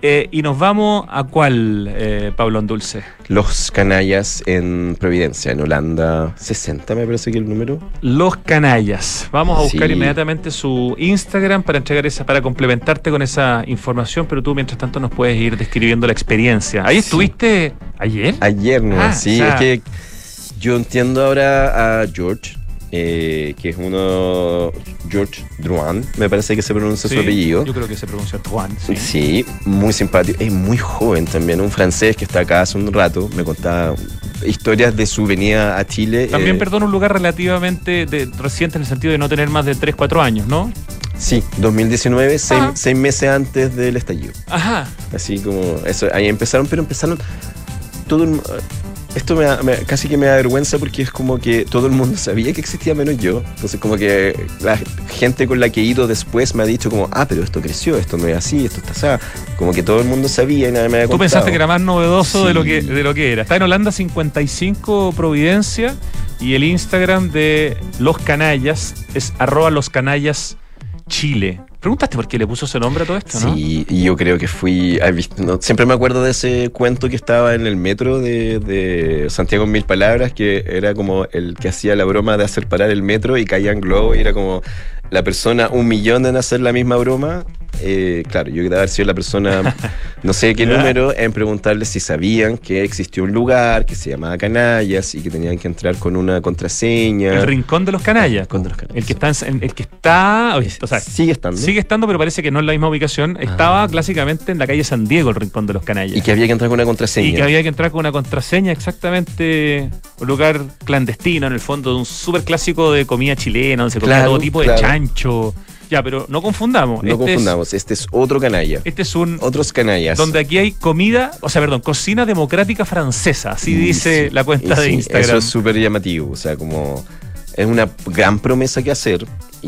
Eh, y nos vamos a cuál, eh, Pablo Andulce. Los Canallas en Providencia, en Holanda sesenta, me parece que el número. Los Canallas. Vamos a buscar Sí. inmediatamente su Instagram para entregar esa, para complementarte con esa información, pero tú mientras tanto nos puedes ir describiendo la experiencia. ¿Ahí Sí. estuviste ayer? Ayer, ¿no? Ah, sí, o sea- es que yo entiendo ahora a George, eh, que es uno, George Drouin, me parece que se pronuncia Sí, su apellido. Yo creo que se pronuncia Juan. Sí. Sí, muy simpático, es muy joven también, un francés que está acá hace un rato, me contaba historias de su venida a Chile. También, eh, perdón, un lugar relativamente de- reciente en el sentido de no tener más de tres, cuatro años, ¿no? Sí, dos mil diecinueve, seis, Ah. seis meses antes del estallido. Ajá. Así como eso, ahí empezaron, pero empezaron todo el, esto me, da- me- casi que me da vergüenza porque es como que todo el mundo sabía que existía menos yo. Entonces como que la gente con la que he ido después me ha dicho como, ah, pero esto creció, esto no es así, esto está así. Como que todo el mundo sabía y nadie me había Tú contado. pensaste que era más novedoso de, Sí. lo que, de lo que era. Está en Holanda cincuenta y cinco Providencia y el Instagram de Los Canallas es arroba Los Canallas Chile. ¿Preguntaste por qué le puso ese nombre a todo esto, no? Sí, y yo creo que fui. ¿has visto? No, siempre me acuerdo de ese cuento que estaba en el metro de, de Santiago en Mil Palabras, que era como el que hacía la broma de hacer parar el metro y caían globos, y era como la persona un millón en hacer la misma broma. Eh, claro, yo quería haber sido la persona, no sé qué ¿Ya? número, en preguntarles si sabían que existió un lugar que se llamaba Canallas y que tenían que entrar con una contraseña. El Rincón de los Canallas. Rincón de los Canallas. El que está, en- el que está, o sea, Sigue estando. sigue estando, pero parece que no en la misma ubicación. Estaba clásicamente en la calle San Diego, el Rincón de los Canallas. Y que había que entrar con una contraseña. Y que había que entrar con una contraseña, exactamente, un lugar clandestino, en el fondo, de un súper clásico de comida chilena, donde se comía Claro, todo tipo claro. de chancho. Ya, pero no confundamos. No este confundamos, este es otro canalla. Es, este es un... Otros canallas. Donde aquí hay comida, o sea, perdón, cocina democrática francesa, así Y dice sí, la cuenta y de sí, Instagram. Eso es súper llamativo, o sea, como es una gran promesa que hacer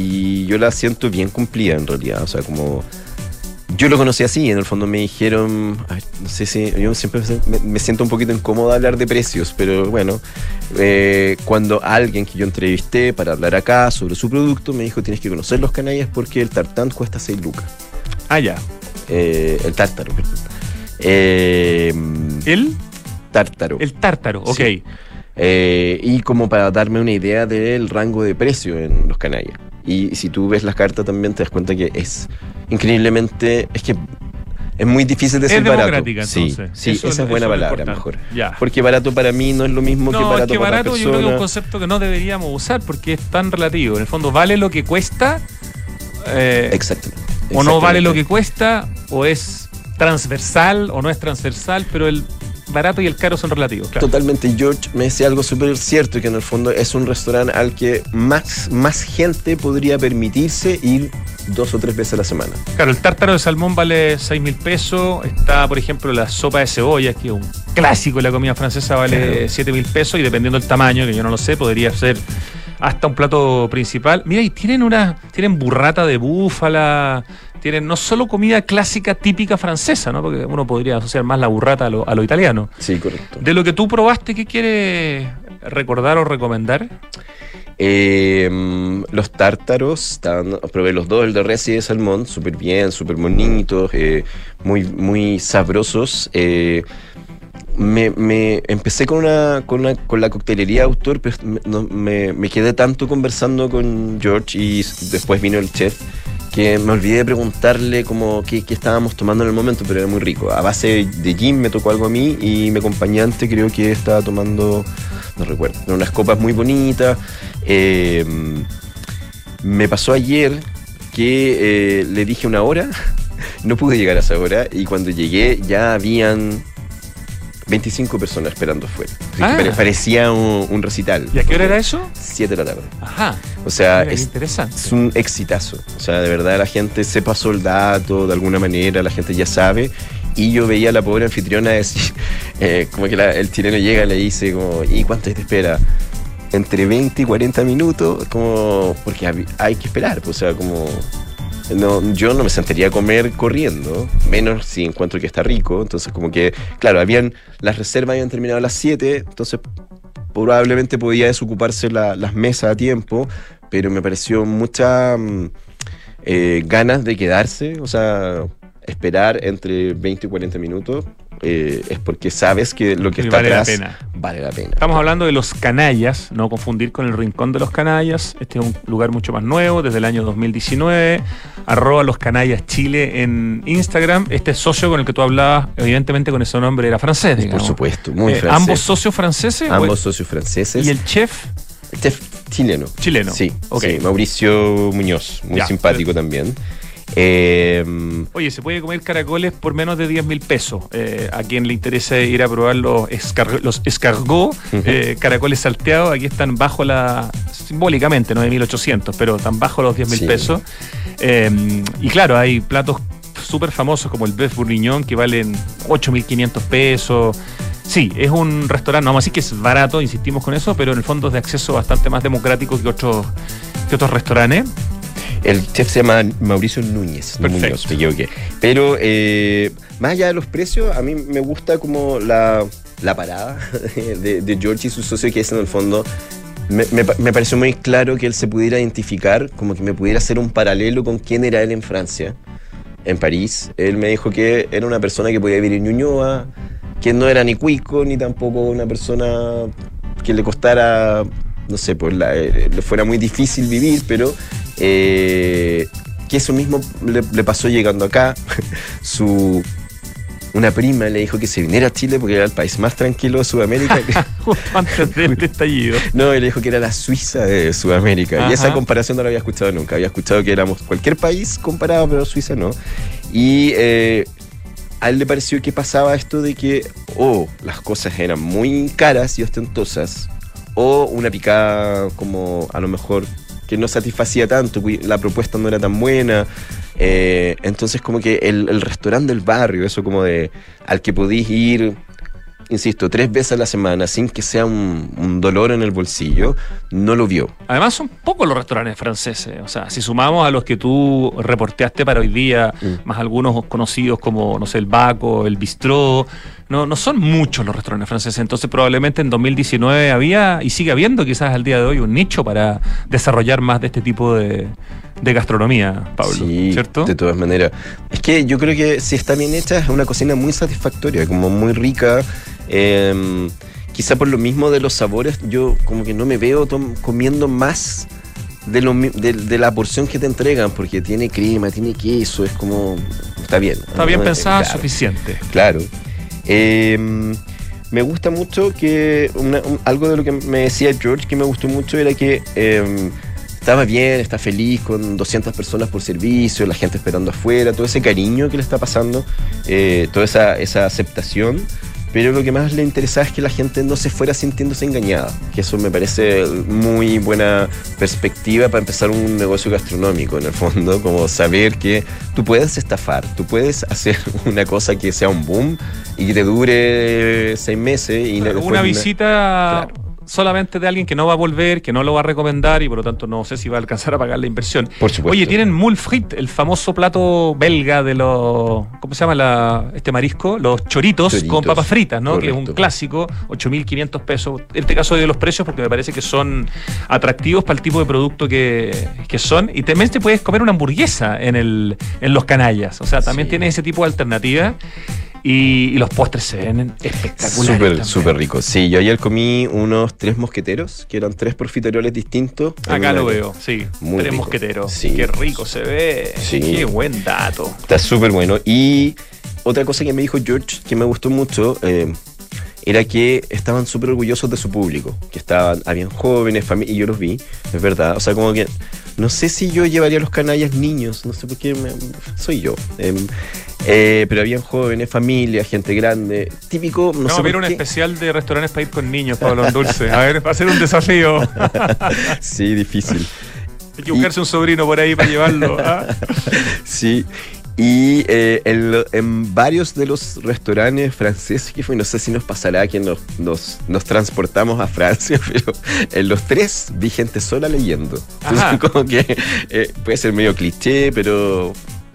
y yo la siento bien cumplida en realidad, o sea, como yo lo conocí así, en el fondo me dijeron, ay, no sé si, yo siempre me, me siento un poquito incómodo de hablar de precios, pero bueno, eh, cuando alguien que yo entrevisté para hablar acá sobre su producto me dijo, tienes que conocer los canallas porque el tartán cuesta seis lucas. Ah, ya. Eh, el tártaro, perdón. Eh, El, tártaro. el tártaro, ok. Sí. Eh, y como para darme una idea del rango de precio en los canallas. Y si tú ves las cartas también te das cuenta que es increíblemente, es que es muy difícil de Es ser barato. democrática, Sí, entonces. sí, Eso- esa es buena eso es lo palabra, importante. mejor. Ya. Porque barato para mí no es lo mismo que No, barato es que para barato otra yo creo que es un persona. concepto que no deberíamos usar porque es tan relativo. En el fondo, ¿vale lo que cuesta? Eh, Exactamente. o no vale lo que exactamente. cuesta, o es transversal o no es transversal, pero el barato y el caro son relativos. Claro. Totalmente. Y George me decía algo súper cierto, que en el fondo es un restaurante al que más, más gente podría permitirse ir dos o tres veces a la semana. Claro, el tártaro de salmón vale seis mil pesos. Está, por ejemplo, la sopa de cebolla, que es un clásico de la comida francesa, vale Claro. siete mil pesos. Y dependiendo del tamaño, que yo no lo sé, podría ser hasta un plato principal. Mira, y tienen una, tienen burrata de búfala, tienen no solo comida clásica típica francesa, ¿no? Porque uno podría asociar más la burrata a lo, a lo italiano. Sí, correcto. De lo que tú probaste, ¿qué quieres recordar o recomendar? Eh, mm, los tártaros, estaban, probé los dos, el de res y de salmón, súper bien, súper bonitos, eh, muy, muy sabrosos. Eh, me, me empecé con una, con una con la coctelería autor, pero me, no, me, me quedé tanto conversando con George y s- después vino el chef que me olvidé de preguntarle como qué, qué estábamos tomando en el momento, pero era muy rico. A base de gin me tocó algo a mí y mi acompañante creo que estaba tomando, no recuerdo, pero unas copas muy bonitas. Eh, me pasó ayer que eh, le dije una hora, no pude llegar a esa hora y cuando llegué ya habían veinticinco personas esperando afuera. Así que Ah. pare- parecía un, un recital. ¿Y a qué hora era eso? siete de la tarde. Ajá. O sea, Mira, qué es, interesante. es un exitazo. O sea, de verdad la gente se pasó el dato de alguna manera, la gente ya sabe. Y yo veía a la pobre anfitriona decir, eh, como que la- el chileno llega y le dice, como, ¿y cuánto te espera? Entre veinte y cuarenta minutos, como, porque hab- hay que esperar. Pues, o sea, como, no, yo no me sentiría a comer corriendo, menos si encuentro que está rico. Entonces, como que, claro, habían, las reservas habían terminado a las siete, entonces probablemente podía desocuparse la- las mesas a tiempo, pero me pareció mucha mm, eh, ganas de quedarse, o sea, esperar entre veinte y cuarenta minutos, eh, es porque sabes que lo que Y está vale la atrás pena. vale la pena. Estamos hablando de Los Canallas, no confundir con el Rincón de los Canallas. Este es un lugar mucho más nuevo, desde el año dos mil diecinueve. Arroba Los Canallas Chile en Instagram. Este socio con el que tú hablabas, evidentemente con ese nombre era francés, digamos. Por supuesto, muy Eh, francés. ¿Ambos socios franceses? Ambos ¿O- socios franceses. ¿Y el chef? Este es chileno. Chileno. Sí, Ok. sí, Mauricio Muñoz, muy Ya, simpático pero- también. Eh, Oye, se puede comer caracoles por menos de diez mil pesos. Eh, a quien le interese ir a probar los, escar los escargots, eh, caracoles salteados, aquí están bajo la, simbólicamente, nueve mil ochocientos, pero están bajo los diez mil Sí. pesos. Eh, y claro, hay platos súper famosos como el Bœuf Bourguignon que valen ocho mil quinientos pesos. Sí, es un restaurante, no vamos a decir que es barato, insistimos con eso, pero en el fondo es de acceso bastante más democrático que otros, que otros restaurantes. el chef se llama Mauricio Núñez, no Perfecto. Muñoz, me equivoqué. Pero eh, más allá de los precios, a mí me gusta como la, la parada de, de George y su socio, que es en el fondo, me, me, me pareció muy claro que él se pudiera identificar, como que me pudiera hacer un paralelo con quién era él en Francia, en París. Él me dijo que era una persona que podía vivir en Ñuñoa, que no era ni cuico, ni tampoco una persona que le costara, no sé, pues la, eh, le fuera muy difícil vivir, pero eh, que eso mismo le, le pasó llegando acá. Su una prima le dijo que se viniera a Chile porque era el país más tranquilo de Sudamérica. Antes del estallido. No, y le dijo que era la Suiza de Sudamérica. Ajá. Y esa comparación no la había escuchado nunca. Había escuchado que éramos cualquier país comparado, pero Suiza no. Y eh, a él le pareció que pasaba esto de que o las cosas eran muy caras y ostentosas, o una picada como a lo mejor que no satisfacía tanto, la propuesta no era tan buena. Eh, entonces como que el, el restaurante del barrio, eso como de al que podís ir, insisto, tres veces a la semana sin que sea un, un dolor en el bolsillo, no lo vio. Además son pocos los restaurantes franceses, o sea, si sumamos a los que tú reporteaste para hoy día, Mm. más algunos conocidos como, no sé, el Baco, el Bistró, no, no son muchos los restaurantes franceses, entonces probablemente en dos mil diecinueve había, y sigue habiendo quizás al día de hoy, un nicho para desarrollar más de este tipo de, de gastronomía, Pablo, Sí, ¿cierto? de todas maneras. Es que yo creo que si está bien hecha es una cocina muy satisfactoria, como muy rica. Eh, quizá por lo mismo de los sabores, yo como que no me veo tom- comiendo más de, lo, mi- de, de la porción que te entregan, porque tiene crema, tiene queso, es como... Está bien. Está bien ¿no? pensada, Claro, suficiente. Claro. Eh, me gusta mucho que una- un- algo de lo que me decía George que me gustó mucho era que eh, estaba bien, está feliz con doscientas personas por servicio, la gente esperando afuera, todo ese cariño que le está pasando, eh, toda esa, esa aceptación. Pero lo que más le interesaba es que la gente no se fuera sintiéndose engañada, que eso me parece muy buena perspectiva para empezar un negocio gastronómico, en el fondo, como saber que tú puedes estafar, tú puedes hacer una cosa que sea un boom y que te dure seis meses. Y Claro, después una visita Claro. solamente de alguien que no va a volver, que no lo va a recomendar y por lo tanto no sé si va a alcanzar a pagar la inversión. Por supuesto. Oye, tienen moule frit, el famoso plato belga de los, ¿cómo se llama la, este marisco? Los choritos, Choritos, con papas fritas, ¿no? Que es un correcto. clásico, ocho mil quinientos pesos. En este caso de los precios porque me parece que son atractivos para el tipo de producto que, que son. Y también te puedes comer una hamburguesa en, el, en Los Canallas. O sea, también Sí. tienes ese tipo de alternativas. Y, y los postres se ven espectaculares. Súper, también. súper rico. Sí, yo ayer comí unos tres mosqueteros, que eran tres profiteroles distintos. Acá En lo una- veo, sí. Muy Tres rico. mosqueteros. Sí. Qué rico se ve. Sí. Qué buen dato. Está súper bueno. Y otra cosa que me dijo George, que me gustó mucho, eh, era que estaban súper orgullosos de su público, que estaban, habían jóvenes, familias, y yo los vi, es verdad. O sea, como que no sé si yo llevaría a los canallas niños, no sé por qué me- soy yo. Eh, eh, pero habían jóvenes, familias, gente grande, típico, no Vamos sé a ver por un qué. especial de restaurantes para ir con niños, Pablo Dulce. A ver, va a ser un desafío. Sí, difícil. Hay que buscarse un sobrino por ahí para llevarlo. ¿Ah? Sí. Y eh, en, lo- en varios de los restaurantes franceses que fue, no sé si nos pasará que nos, nos, nos transportamos a Francia, pero en los tres vi gente sola leyendo. Entonces, Ajá. como que eh, puede ser medio cliché, pero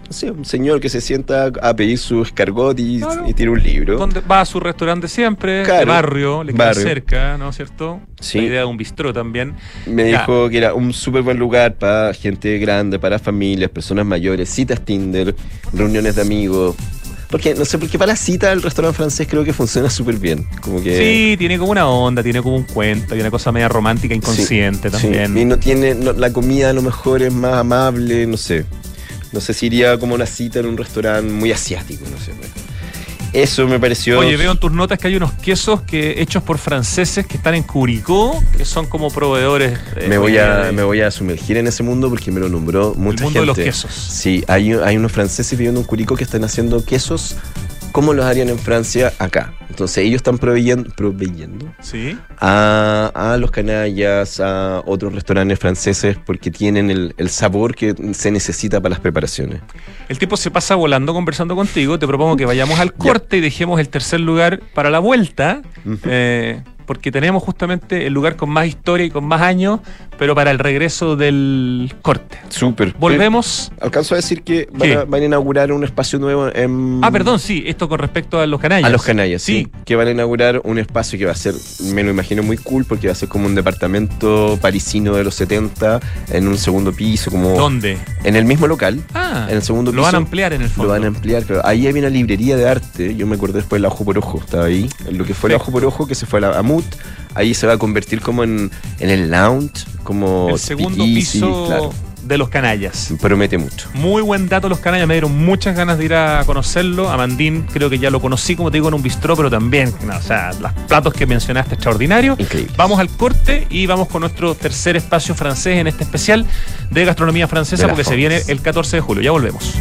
no sé, un señor que se sienta a pedir su escargot y, claro. y tiene un libro. Donde va a su restaurante siempre, claro. de barrio, le queda barrio. cerca, ¿no es cierto? Sí. La idea de un bistró también. Me ya. dijo que era un súper buen lugar para gente grande, para familias, personas mayores, citas Tinder, reuniones de amigos. Porque, no sé, porque para la cita el restaurante francés creo que funciona súper bien. Como que... Sí, tiene como una onda, tiene como un cuento, hay una cosa media romántica, inconsciente sí, también. Sí. Y no tiene, no, la comida a lo mejor es más amable, no sé. No sé si iría como una cita en un restaurante muy asiático, no sé. Eso me pareció... Oye, veo en tus notas que hay unos quesos que hechos por franceses que están en Curicó, que son como proveedores... Eh, me, voy a, de... me voy a sumergir en ese mundo porque me lo nombró mucha gente. El mundo gente. de los quesos. Sí, hay, hay unos franceses viviendo en Curicó que están haciendo quesos como los harían en Francia acá. Entonces ellos están proveyendo, proveyendo ¿Sí? a, a los canallas, a otros restaurantes franceses porque tienen el, el sabor que se necesita para las preparaciones. El tiempo se pasa volando conversando contigo. Te propongo que vayamos al corte y dejemos el tercer lugar para la vuelta. Uh-huh. eh, porque tenemos justamente el lugar con más historia y con más años, pero para el regreso del corte. Súper. Volvemos. Eh, alcanzo a decir que van a, van a inaugurar un espacio nuevo en... Ah, perdón, sí, esto con respecto a los canallas. A los canallas, sí. sí. Que van a inaugurar un espacio que va a ser, me lo imagino, muy cool, porque va a ser como un departamento parisino de los setenta, en un segundo piso, como... ¿Dónde? En el mismo local. Ah, en el segundo lo piso. van a ampliar en el fondo. Lo van a ampliar, claro. Ahí había una librería de arte, yo me acuerdo después de la Ojo por Ojo, estaba ahí. Lo que fue la Ojo por Ojo, que se fue a la Amut. Ahí se va a convertir como en, en el lounge, como el segundo piso claro. de los canallas. Promete mucho. Muy buen dato los canallas, me dieron muchas ganas de ir a conocerlo. A Mandín creo que ya lo conocí, como te digo, en un bistró, pero también, no, o sea, los platos que mencionaste extraordinarios. Increíble. Vamos al corte y vamos con nuestro tercer espacio francés en este especial de gastronomía francesa, porque se viene el catorce de julio. Ya volvemos.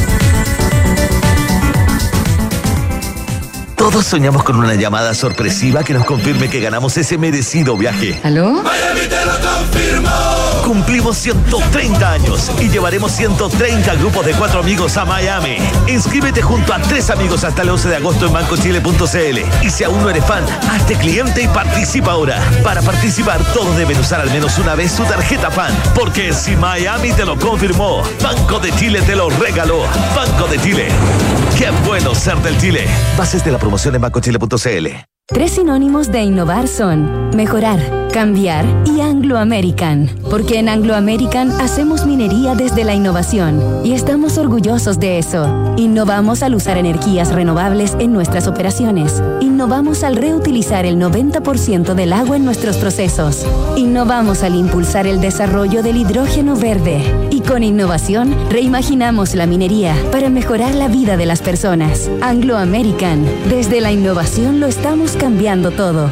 Todos soñamos con una llamada sorpresiva que nos confirme que ganamos ese merecido viaje. ¿Aló? Miami te lo confirmó. Cumplimos ciento treinta años y llevaremos ciento treinta grupos de cuatro amigos a Miami. Inscríbete junto a tres amigos hasta el once de agosto en banco chile punto c l. Y si aún no eres fan, hazte cliente y participa ahora. Para participar, todos deben usar al menos una vez su tarjeta fan. Porque si Miami te lo confirmó, Banco de Chile te lo regaló. Banco de Chile. ¡Qué bueno ser del Chile! Bases de la promoción en banco chile punto c l. Tres sinónimos de innovar son mejorar, cambiar y Anglo American. Porque en Anglo American hacemos minería desde la innovación y estamos orgullosos de eso. Innovamos al usar energías renovables en nuestras operaciones. Innovamos al reutilizar el noventa por ciento del agua en nuestros procesos. Innovamos al impulsar el desarrollo del hidrógeno verde. Y con innovación reimaginamos la minería para mejorar la vida de las personas. Anglo American. Desde la innovación lo estamos cambiando todo.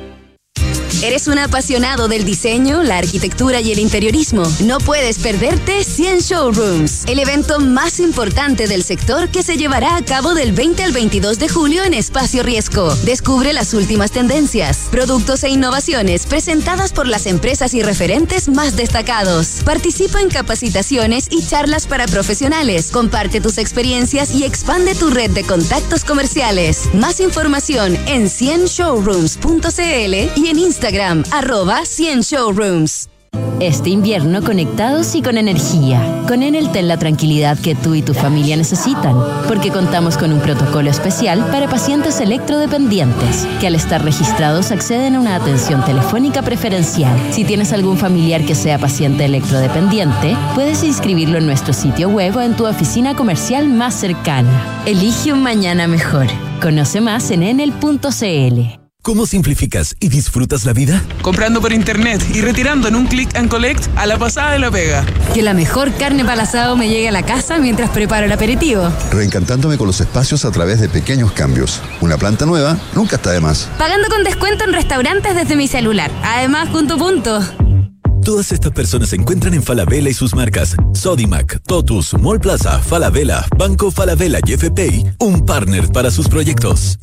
¿Eres un apasionado del diseño, la arquitectura y el interiorismo? No puedes perderte cien Showrooms, el evento más importante del sector que se llevará a cabo del veinte al veintidós de julio en Espacio Riesco. Descubre las últimas tendencias, productos e innovaciones presentadas por las empresas y referentes más destacados. Participa en capacitaciones y charlas para profesionales. Comparte tus experiencias y expande tu red de contactos comerciales. Más información en cien showrooms punto c l y en Instagram. arroba cien showrooms. Este invierno conectados y con energía. Con Enel ten la tranquilidad que tú y tu familia necesitan, porque contamos con un protocolo especial para pacientes electrodependientes, que al estar registrados acceden a una atención telefónica preferencial. Si tienes algún familiar que sea paciente electrodependiente, puedes inscribirlo en nuestro sitio web o en tu oficina comercial más cercana. Elige un mañana mejor. Conoce más en enel punto c l. ¿Cómo simplificas y disfrutas la vida? Comprando por internet y retirando en un click and collect a la pasada de la pega. Que la mejor carne para el asado me llegue a la casa mientras preparo el aperitivo. Reencantándome con los espacios a través de pequeños cambios. Una planta nueva nunca está de más. Pagando con descuento en restaurantes desde mi celular. Además, punto punto. Todas estas personas se encuentran en Falabella y sus marcas Sodimac, Totus, Mall Plaza, Falabella, Banco Falabella y F P I, un partner para sus proyectos.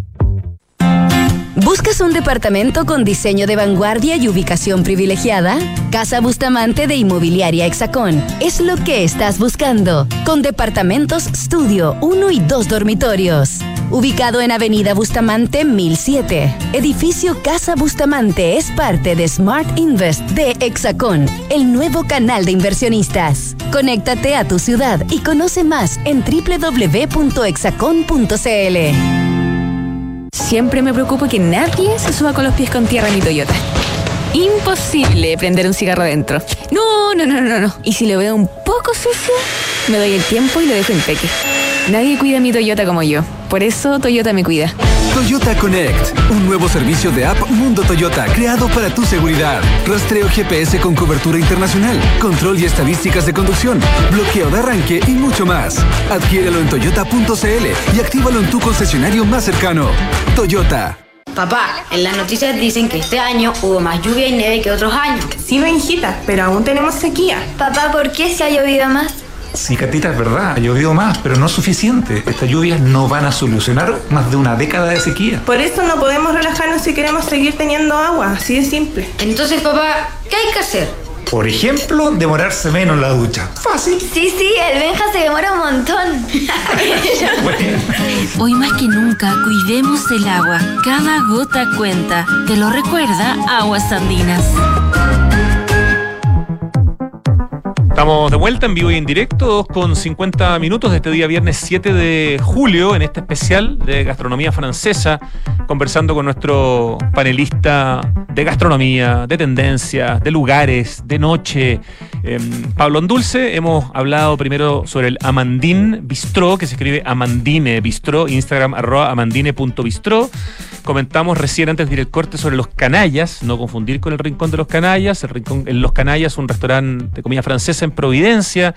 ¿Buscas un departamento con diseño de vanguardia y ubicación privilegiada? Casa Bustamante de Inmobiliaria Hexacón es lo que estás buscando, con departamentos estudio, uno y dos dormitorios. ubicado en Avenida Bustamante mil siete. Edificio Casa Bustamante es parte de Smart Invest de Hexacón, el nuevo canal de inversionistas. Conéctate a tu ciudad y conoce más en doble u doble u doble u punto hexacon punto c l. Siempre me preocupo que nadie se suba con los pies con tierra en mi Toyota. Imposible prender un cigarro dentro. No, no, no, no, no. Y si lo veo un poco sucio, me doy el tiempo y lo dejo impeque. Nadie cuida mi Toyota como yo. Por eso Toyota me cuida. Toyota Connect, un nuevo servicio de app Mundo Toyota creado para tu seguridad. Rastreo G P S con cobertura internacional, control y estadísticas de conducción, bloqueo de arranque y mucho más. Adquiérelo en toyota punto c l y actívalo en tu concesionario más cercano. Toyota. Papá, en las noticias dicen que este año hubo más lluvia y nieve que otros años. Sí, Benjita, pero aún tenemos sequía. Papá, ¿por qué se ha llovido más? Sí, Catita, es verdad, ha llovido más, pero no es suficiente. Estas lluvias no van a solucionar más de una década de sequía. Por eso no podemos relajarnos si queremos seguir teniendo agua, así de simple. Entonces, papá, ¿qué hay que hacer? Por ejemplo, demorarse menos en la ducha. Fácil. Sí, sí, el Benja se demora un montón. Hoy más que nunca, cuidemos el agua. Cada gota cuenta. Te lo recuerda Aguas Andinas. Estamos de vuelta en vivo y en directo, dos con cincuenta minutos de este día viernes siete de julio, en este especial de gastronomía francesa, conversando con nuestro panelista de gastronomía, de tendencias, de lugares, de noche, eh, Pablo Ondulce. Hemos hablado primero sobre el Amandine Bistró, que se escribe Amandine Bistró, Instagram arroba amandine punto bistró. Comentamos recién antes de ir al corte sobre los canallas, no confundir con el Rincón de los Canallas. El Rincón, en Los Canallas, un restaurante de comida francesa en Providencia,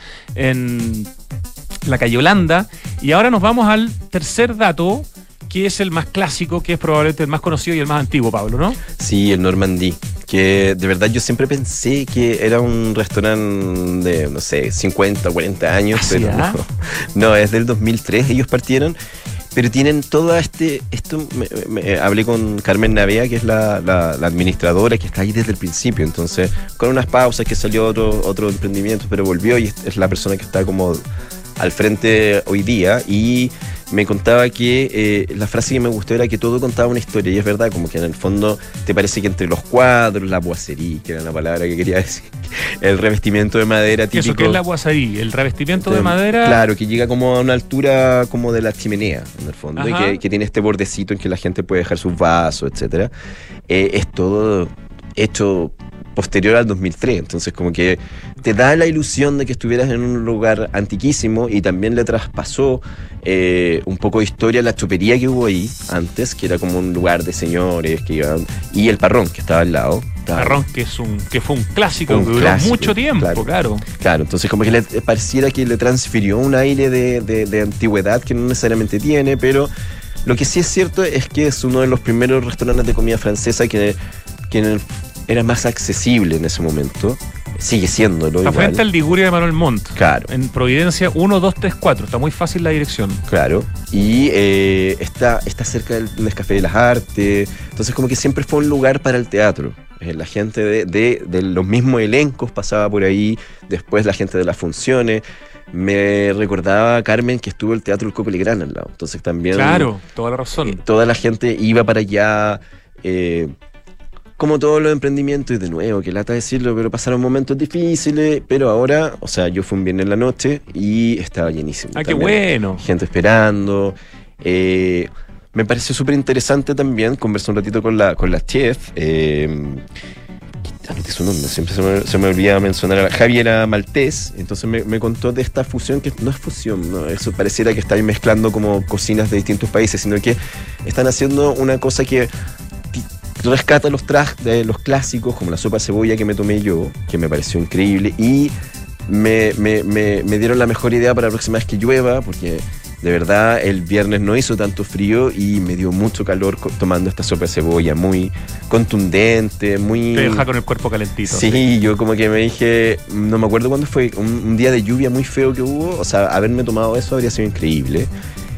en la calle Holanda. Y ahora nos vamos al tercer dato, que es el más clásico, que es probablemente el más conocido y el más antiguo, Pablo, ¿no? Sí, el Normandie, que de verdad yo siempre pensé que era un restaurante de, no sé, cincuenta, cuarenta años, ¿Ah, pero sí, ¿ah? no, no, es del dos mil tres, ellos partieron. Pero tienen todo este... Esto me, me, hablé con Carmen Navea, que es la, la, la administradora, que está ahí desde el principio. Entonces, con unas pausas que salió otro, otro emprendimiento, pero volvió y es, es la persona que está como al frente hoy día. Y me contaba que eh, la frase que me gustó era que todo contaba una historia. Y es verdad, como que en el fondo te parece que entre los cuadros, la boiserie, que era la palabra que quería decir, el revestimiento de madera típico. ¿Eso qué es la boiserie? El revestimiento de, de madera. Claro, que llega como a una altura como de la chimenea, en el fondo, Ajá. y que, que tiene este bordecito en que la gente puede dejar sus vasos, etcétera. Eh, es todo hecho posterior al dos mil tres, entonces como que te da la ilusión de que estuvieras en un lugar antiquísimo, y también le traspasó eh, un poco de historia a la chopería que hubo ahí antes, que era como un lugar de señores que iban, y el Parrón que estaba al lado. Parrón, que es un que fue un clásico, un que duró clásico, mucho tiempo, claro, claro. Claro, entonces como que le pareciera que le transfirió un aire de, de, de antigüedad que no necesariamente tiene, pero lo que sí es cierto es que es uno de los primeros restaurantes de comida francesa que, que en el era más accesible en ese momento. Sigue siéndolo. Está frente al Liguria de Manuel Montt. Claro. En Providencia uno, dos, tres, cuatro. Está muy fácil la dirección. Claro. Y eh, está, está cerca del Nescafé de las Artes. Entonces como que siempre fue un lugar para el teatro. Eh, la gente de, de, de los mismos elencos pasaba por ahí. Después la gente de las funciones. Me recordaba a Carmen que estuvo el Teatro El Coco Legrand al lado. Entonces también... Claro, toda la razón. Eh, toda la gente iba para allá... Eh, como todos los emprendimientos, y de nuevo, que lata decirlo, pero pasaron momentos difíciles, pero ahora, o sea, yo fui un viernes en la noche y estaba llenísimo. ¡Ah, qué bueno! Gente esperando. Eh, me pareció súper interesante también, conversé un ratito con la, con la chef, eh, anoté su nombre, siempre se me, se me olvida mencionar a la Javiera Maltés, entonces me, me contó de esta fusión, que no es fusión, ¿no? Eso pareciera que están mezclando como cocinas de distintos países, sino que están haciendo una cosa que rescata los trajes de los clásicos, como la sopa de cebolla que me tomé yo, que me pareció increíble, y me, me, me, me dieron la mejor idea para la próxima vez que llueva, porque de verdad el viernes no hizo tanto frío y me dio mucho calor tomando esta sopa de cebolla, muy contundente, muy... Te deja con el cuerpo calentito. Sí, sí, yo como que me dije, no me acuerdo cuándo fue, un, un día de lluvia muy feo que hubo, o sea, haberme tomado eso habría sido increíble.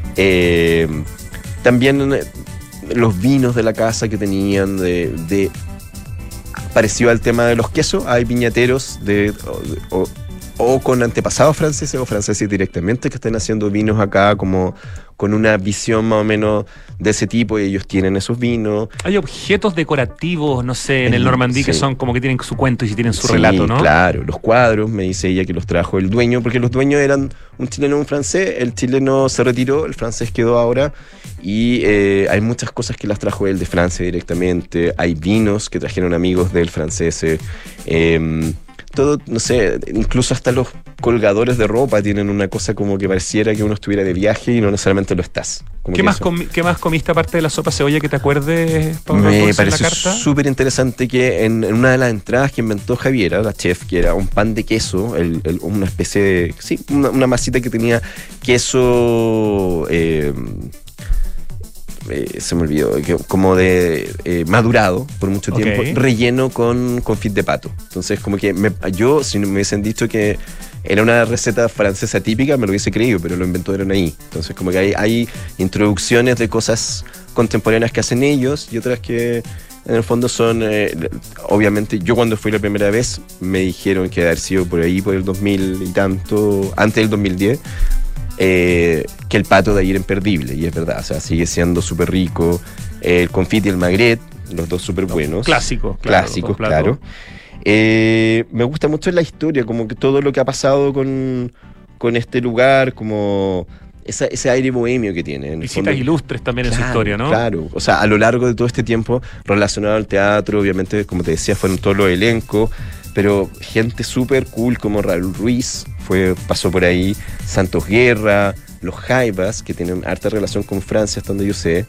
Eh, también... los vinos de la casa que tenían, de, de parecido al tema de los quesos, hay viñateros de o, o con antepasados franceses o franceses directamente que están haciendo vinos acá como, con una visión más o menos de ese tipo, y ellos tienen esos vinos. Hay objetos decorativos, no sé, en el Normandí, sí, que son como que tienen su cuento y tienen su sí, relato, ¿no? Claro, los cuadros, me dice ella que los trajo el dueño, porque los dueños eran un chileno y un francés. El chileno se retiró, el francés quedó ahora, y eh, hay muchas cosas que las trajo él de Francia directamente. Hay vinos que trajeron amigos del francés. Eh, todo, no sé, incluso hasta los colgadores de ropa tienen una cosa como que pareciera que uno estuviera de viaje y no necesariamente lo estás. Como ¿Qué, más eso. comi- ¿Qué más comiste aparte de la sopa cebolla que te acuerdes, Pablo? Me pareció súper interesante que en, en una de las entradas que inventó Javiera, la chef, que era un pan de queso, el, el, una especie de, sí, una, una masita que tenía queso, eh, eh, se me olvidó, que, como de eh, madurado por mucho tiempo, Okay. relleno con confit de pato. Entonces como que me, yo, si me hubiesen dicho que era una receta francesa típica, me lo hubiese creído, pero lo inventaron ahí. Entonces como que hay, hay introducciones de cosas contemporáneas que hacen ellos y otras que en el fondo son, eh, obviamente, yo cuando fui la primera vez me dijeron que haber sido por ahí, por el dos mil y tanto, antes del dos mil diez, eh, que el pato de ahí era imperdible, y es verdad, o sea, sigue siendo súper rico. Eh, el confit y el magret, los dos súper buenos. Clásicos, claro. Clásicos, claro. Eh, me gusta mucho la historia, como que todo lo que ha pasado con, con este lugar, como esa, ese aire bohemio que tiene. En Visitas el fondo, ilustres también, claro, en su historia, ¿no? Claro, o sea, a lo largo de todo este tiempo relacionado al teatro, obviamente, como te decía, fueron todos los elencos, pero gente súper cool como Raúl Ruiz fue, pasó por ahí, Santos Guerra, los Jaivas, que tienen harta relación con Francia, hasta donde yo sé,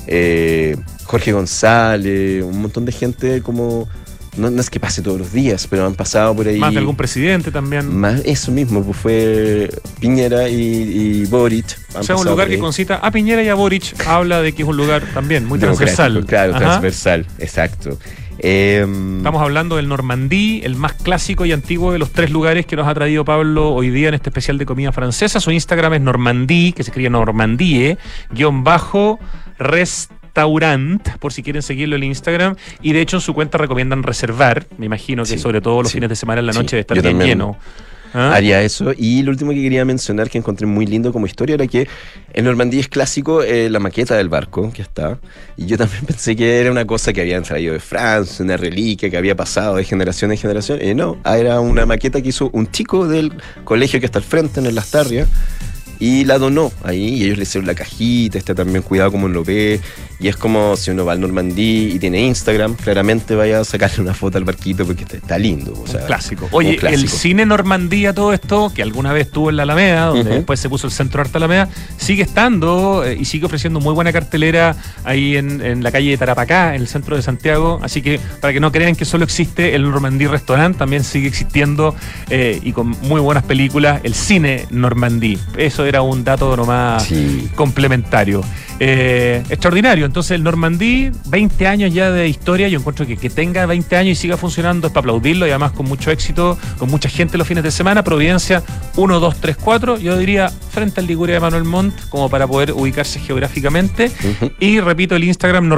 eh, Jorge González, un montón de gente como... No, no es que pase todos los días, pero han pasado por ahí. Más de algún presidente también. Más eso mismo, pues fue Piñera y, y Boric. O sea, un lugar que concita a Piñera y a Boric, habla de que es un lugar también muy transversal. Claro, Ajá. transversal, exacto. Eh, Estamos hablando del Normandí, el más clásico y antiguo de los tres lugares que nos ha traído Pablo hoy día en este especial de comida francesa. Su Instagram es Normandí, que se escribe Normandie, guión bajo, rest Restaurant, por si quieren seguirlo en Instagram, y de hecho en su cuenta recomiendan reservar. Me imagino que sí, sobre todo los sí, fines de semana en la noche sí, de estar bien lleno. ¿Ah? Haría eso. Y lo último que quería mencionar, que encontré muy lindo como historia, era que en Normandía es clásico eh, la maqueta del barco que está, y yo también pensé que era una cosa que habían traído de Francia, una reliquia que había pasado de generación en generación, y no, era una maqueta que hizo un chico del colegio que está al frente en el Lastarria, y la donó ahí, y ellos le hicieron la cajita, está también cuidado como lo ve, y es como si uno va al Normandí y tiene Instagram, claramente vaya a sacarle una foto al barquito porque está, está lindo. O sea, un clásico. Oye, un clásico. El cine Normandía, todo esto, que alguna vez estuvo en la Alameda, donde uh-huh. después se puso el Centro de Arte Alameda, sigue estando eh, y sigue ofreciendo muy buena cartelera ahí en, en la calle de Tarapacá, en el centro de Santiago, así que para que no crean que solo existe el Normandí Restaurant, también sigue existiendo eh, y con muy buenas películas, el cine Normandí. Eso era un dato nomás sí. complementario. Eh, extraordinario. Entonces el Normandí, veinte años ya de historia. Yo encuentro que que tenga veinte años y siga funcionando es para aplaudirlo, y además con mucho éxito, con mucha gente los fines de semana. Providencia uno, dos, tres, cuatro, yo diría frente al Liguria de Manuel Montt, como para poder ubicarse geográficamente. Uh-huh. Y repito, el Instagram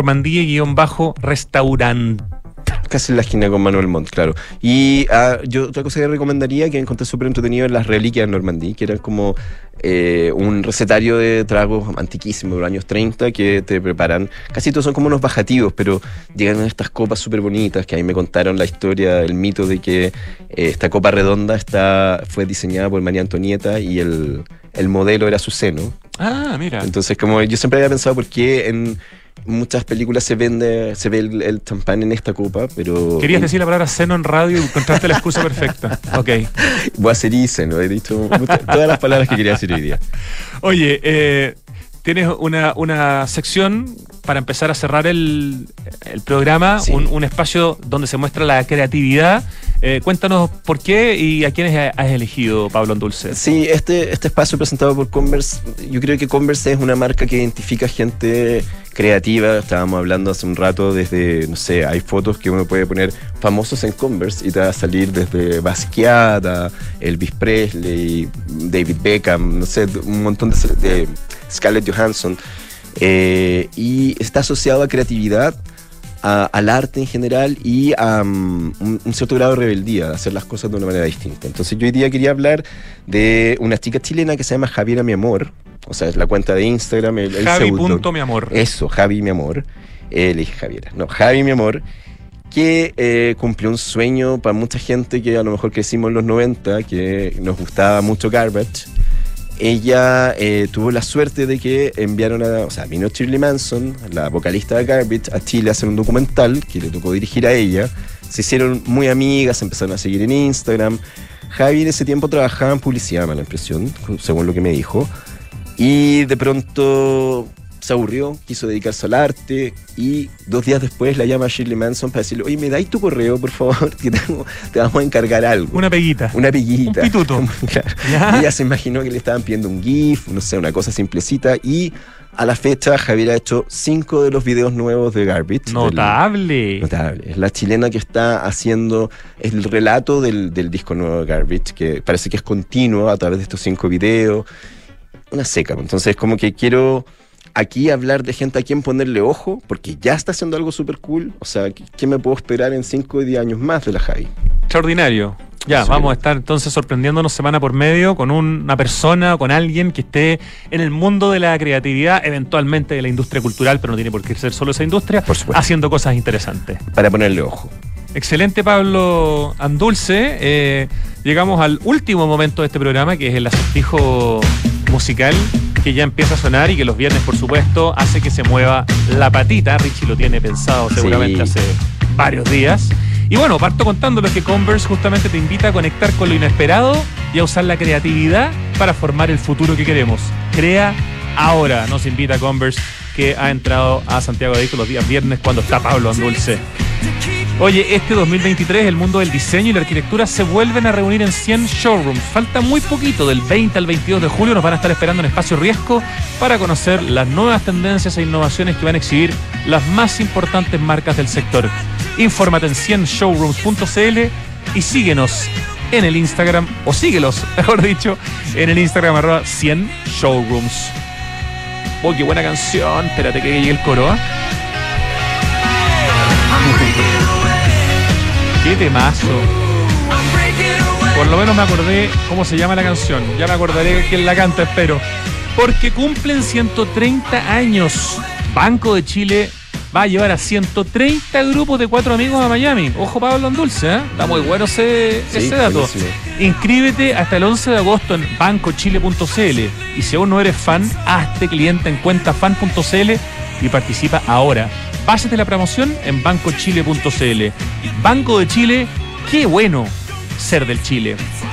Normandie-restaurant. Casi en la esquina con Manuel Montt, claro. Y uh, yo otra cosa que recomendaría, que encontré súper entretenido, es las reliquias de Normandí, que eran como eh, un recetario de tragos antiquísimos de los años treinta que te preparan. Casi todos son como unos bajativos, pero llegan en estas copas súper bonitas, que ahí me contaron la historia, el mito de que eh, esta copa redonda está, fue diseñada por María Antonieta y el, el modelo era su seno. Ah, mira. Entonces, como yo siempre había pensado por qué en muchas películas se vende, se ve el, el champán en esta copa, pero... Querías decir la palabra seno en radio y encontraste la excusa perfecta. Ok. Voy a hacer y seno, he dicho muchas, todas las palabras que quería decir hoy día. Oye, eh, tienes una, una sección para empezar a cerrar el, el programa, sí. un, un espacio donde se muestra la creatividad. Eh, cuéntanos por qué y a quiénes has elegido, Pablo Andulce. Sí, este, este espacio presentado por Converse, yo creo que Converse es una marca que identifica gente creativa. Estábamos hablando hace un rato desde, no sé, hay fotos que uno puede poner famosos en Converse y te va a salir desde Basquiat a Elvis Presley, David Beckham, no sé, un montón de, de Scarlett Johansson. Eh, y está asociado a creatividad, A, al arte en general y a um, un, un cierto grado de rebeldía, a hacer las cosas de una manera distinta. Entonces yo hoy día quería hablar de una chica chilena que se llama Javiera Mi Amor, O sea, es la cuenta de Instagram. El, el Javi pseudo. punto mi amor. Eso, Javi mi amor. Eh, le dije Javiera. No, Javi mi amor. Que eh, cumplió un sueño para mucha gente que a lo mejor crecimos en los noventa, que nos gustaba mucho Garbage. Ella eh, tuvo la suerte de que enviaron a, o sea, vino Shirley Manson, la vocalista de Garbage, a Chile a hacer un documental que le tocó dirigir a ella. Se hicieron muy amigas, se empezaron a seguir en Instagram. Javi en ese tiempo trabajaba en publicidad, me da la impresión, según lo que me dijo. Y de pronto se aburrió, quiso dedicarse al arte y dos días después la llama a Shirley Manson para decirle, oye, ¿me dais tu correo, por favor? Que tengo, te vamos a encargar algo. Una peguita. Una peguita. Un pituto. Claro. Y ella se imaginó que le estaban pidiendo un GIF, no sé, una cosa simplecita. Y a la fecha Javier ha hecho cinco de los videos nuevos de Garbage. Notable. Del, notable. Es la chilena que está haciendo el relato del, del disco nuevo de Garbage, que parece que es continuo a través de estos cinco videos. Una seca. Entonces, como que quiero aquí hablar de gente a quien ponerle ojo, porque ya está haciendo algo súper cool. O sea, ¿qué me puedo esperar en cinco o diez años más de la Javi? Extraordinario. Ya, Sí. vamos a estar entonces sorprendiéndonos semana por medio con un- una persona, con alguien que esté en el mundo de la creatividad, eventualmente de la industria cultural, pero no tiene por qué ser solo esa industria, haciendo cosas interesantes. Para ponerle ojo. Excelente, Pablo Andulce. Eh, llegamos al último momento de este programa, que es el acertijo musical, que ya empieza a sonar y que los viernes, por supuesto, hace que se mueva la patita. Richie lo tiene pensado seguramente Sí. hace varios días. Y bueno, parto contándoles que Converse justamente te invita a conectar con lo inesperado y a usar la creatividad para formar el futuro que queremos. Crea ahora. Nos invita Converse, que ha entrado a Santiago de Adicto los días viernes cuando está Pablo Andulce. Oye, este dos mil veintitrés el mundo del diseño y la arquitectura se vuelven a reunir en cien showrooms. Falta muy poquito, del veinte al veintidós de julio nos van a estar esperando en Espacio Riesgo para conocer las nuevas tendencias e innovaciones que van a exhibir las más importantes marcas del sector. Infórmate en cien showrooms punto c l y síguenos en el Instagram, o síguelos, mejor dicho, en el Instagram arroba cien showrooms. Oh, qué buena canción. Espérate que llegue el coro, ¿ah? Qué temazo. Por lo menos me acordé cómo se llama la canción. Ya me acordaré quién la canta, espero. Porque cumplen ciento treinta años. Banco de Chile va a llevar a ciento treinta grupos de cuatro amigos a Miami. Ojo, Pablo Andulce, ¿eh? Está muy bueno ese, Sí, ese dato. buenísimo. Inscríbete hasta el once de agosto en banco chile punto c l. Y si aún no eres fan, hazte cliente en cuentafan punto c l y participa ahora. Bases de la promoción en banco chile punto c l. Banco de Chile, qué bueno ser del Chile.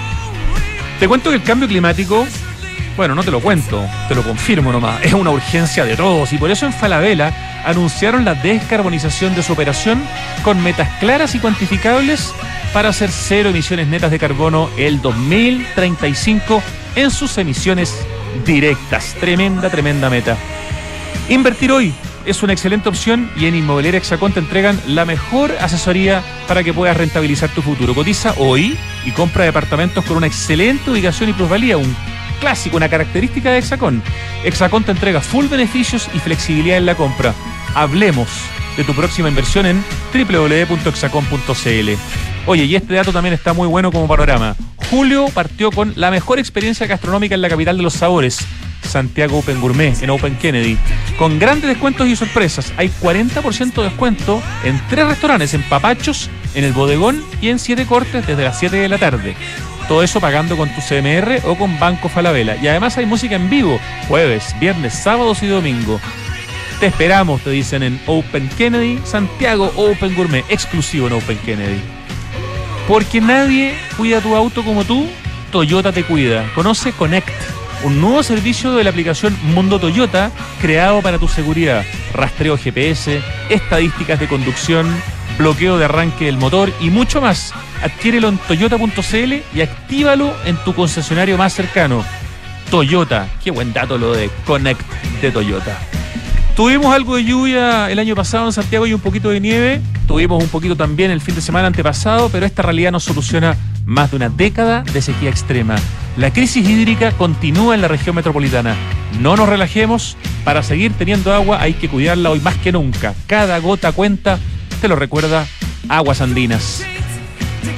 Te cuento que el cambio climático, bueno, no te lo cuento, te lo confirmo nomás, es una urgencia de todos y por eso en Falabella anunciaron la descarbonización de su operación con metas claras y cuantificables para hacer cero emisiones netas de carbono el dos mil treinta y cinco en sus emisiones directas. Tremenda, tremenda meta. Invertir hoy es una excelente opción y en Inmobiliaria Hexacón te entregan la mejor asesoría para que puedas rentabilizar tu futuro. Cotiza hoy y compra departamentos con una excelente ubicación y plusvalía, un clásico, una característica de Hexacón. Hexacón te entrega full beneficios y flexibilidad en la compra. Hablemos de tu próxima inversión en doble u doble u doble u punto hexacón punto c l. Oye, y este dato también está muy bueno como panorama. Julio partió con la mejor experiencia gastronómica en la capital de los sabores, Santiago Open Gourmet, en Open Kennedy, con grandes descuentos y sorpresas. Hay cuarenta por ciento de descuento en tres restaurantes, en Papachos, en El Bodegón y en Siete Cortes desde las siete de la tarde. Todo eso pagando con tu C M R o con Banco Falabella. Y además hay música en vivo, jueves, viernes, sábados y domingo. Te esperamos, te dicen en Open Kennedy, Santiago Open Gourmet, exclusivo en Open Kennedy. Porque nadie cuida tu auto como tú, Toyota te cuida. Conoce Connect, un nuevo servicio de la aplicación Mundo Toyota creado para tu seguridad. Rastreo G P S, estadísticas de conducción, bloqueo de arranque del motor y mucho más. Adquiérelo en toyota punto c l y actívalo en tu concesionario más cercano. Toyota, qué buen dato lo de Connect de Toyota. Tuvimos algo de lluvia el año pasado en Santiago y un poquito de nieve. Tuvimos un poquito también el fin de semana antepasado, pero esta realidad nos soluciona más de una década de sequía extrema. La crisis hídrica continúa en la región metropolitana. No nos relajemos. Para seguir teniendo agua hay que cuidarla hoy más que nunca. Cada gota cuenta. Te lo recuerda Aguas Andinas.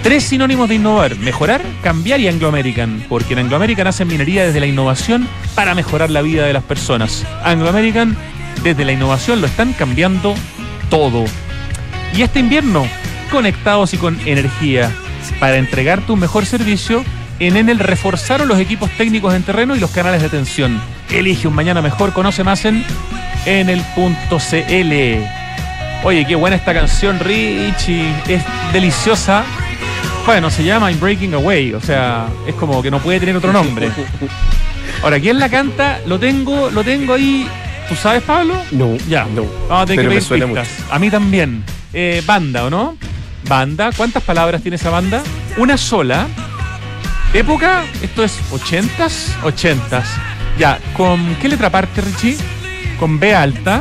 Tres sinónimos de innovar: mejorar, cambiar y Anglo American. Porque en Anglo American hacen minería desde la innovación para mejorar la vida de las personas. Anglo American, desde la innovación, lo están cambiando todo. Y este invierno, conectados y con energía. Para entregarte un mejor servicio, en Enel reforzaron los equipos técnicos en terreno y los canales de atención. Elige un mañana mejor, conoce más en enel punto c l. Oye, qué buena esta canción, Richie. Es deliciosa. Bueno, se llama I'm Breaking Away, o sea, es como que no puede tener otro nombre. Ahora, ¿quién la canta? Lo tengo, lo tengo ahí. ¿Tú sabes, Pablo? No. Ya. No. Vamos a tener Pero que me pedir suena pistas. mucho. A mí también. Eh, banda, ¿o no? Banda. ¿Cuántas palabras tiene esa banda? Una sola. ¿Época? Esto es ochentas. Ochentas. Ya. ¿Con qué letra parte, Richie? Con B alta.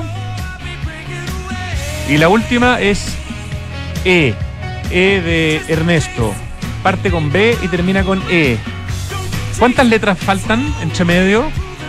Y la última es E. E de Ernesto. Parte con B y termina con E. ¿Cuántas letras faltan entre medio?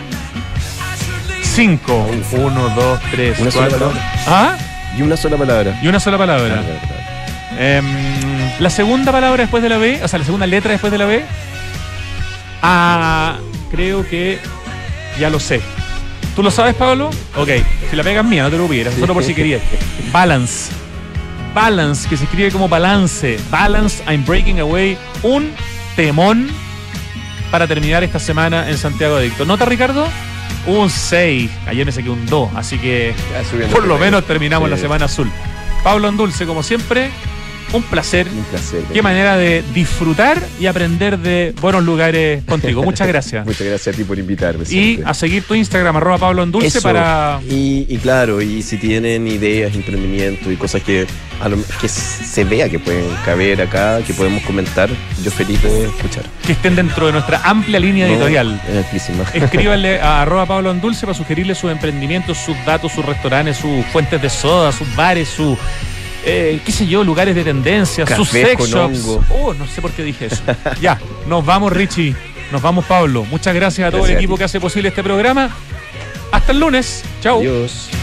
Cinco. Uno, dos, tres, Una sola cuatro. palabra. ¿Ah? Y una sola palabra. Y una sola palabra. Ah, Eh, la segunda palabra después de la B, o sea, la segunda letra después de la B. Ah, creo que ya lo sé. ¿Tú lo sabes, Pablo? Ok, si la pegas mía, no te lo pidieras, solo por si querías. Balance. Balance, que se escribe como balance. Balance, I'm Breaking Away. Un temón para terminar esta semana en Santiago Adicto. ¿Nota, Ricardo? Un seis. Ayer me saqué un dos, así que por lo menos terminamos Sí. la semana azul. Pablo Andulce, como siempre, un placer. Un placer. Qué manera de disfrutar y aprender de buenos lugares contigo. Muchas gracias. Muchas gracias a ti por invitarme. Y siempre. a seguir tu Instagram, arroba Pablo Andulce, Eso. para... Y, y claro, y si tienen ideas, emprendimientos y cosas que, a lo- que se vea que pueden caber acá, que podemos comentar, yo feliz de escuchar. que estén dentro de nuestra amplia línea No, editorial. es amplísima. Escríbanle a arroba Pablo Andulce para sugerirle sus emprendimientos, sus datos, sus restaurantes, sus fuentes de soda, sus bares, sus, eh, qué sé yo, lugares de tendencia, Cafés sus sex con shops. hongo. Oh, no sé por qué dije eso. Ya, nos vamos, Richie. Nos vamos, Pablo. Muchas gracias a todo Gracias el a equipo ti. que hace posible este programa. Hasta el lunes. Chao. Adiós.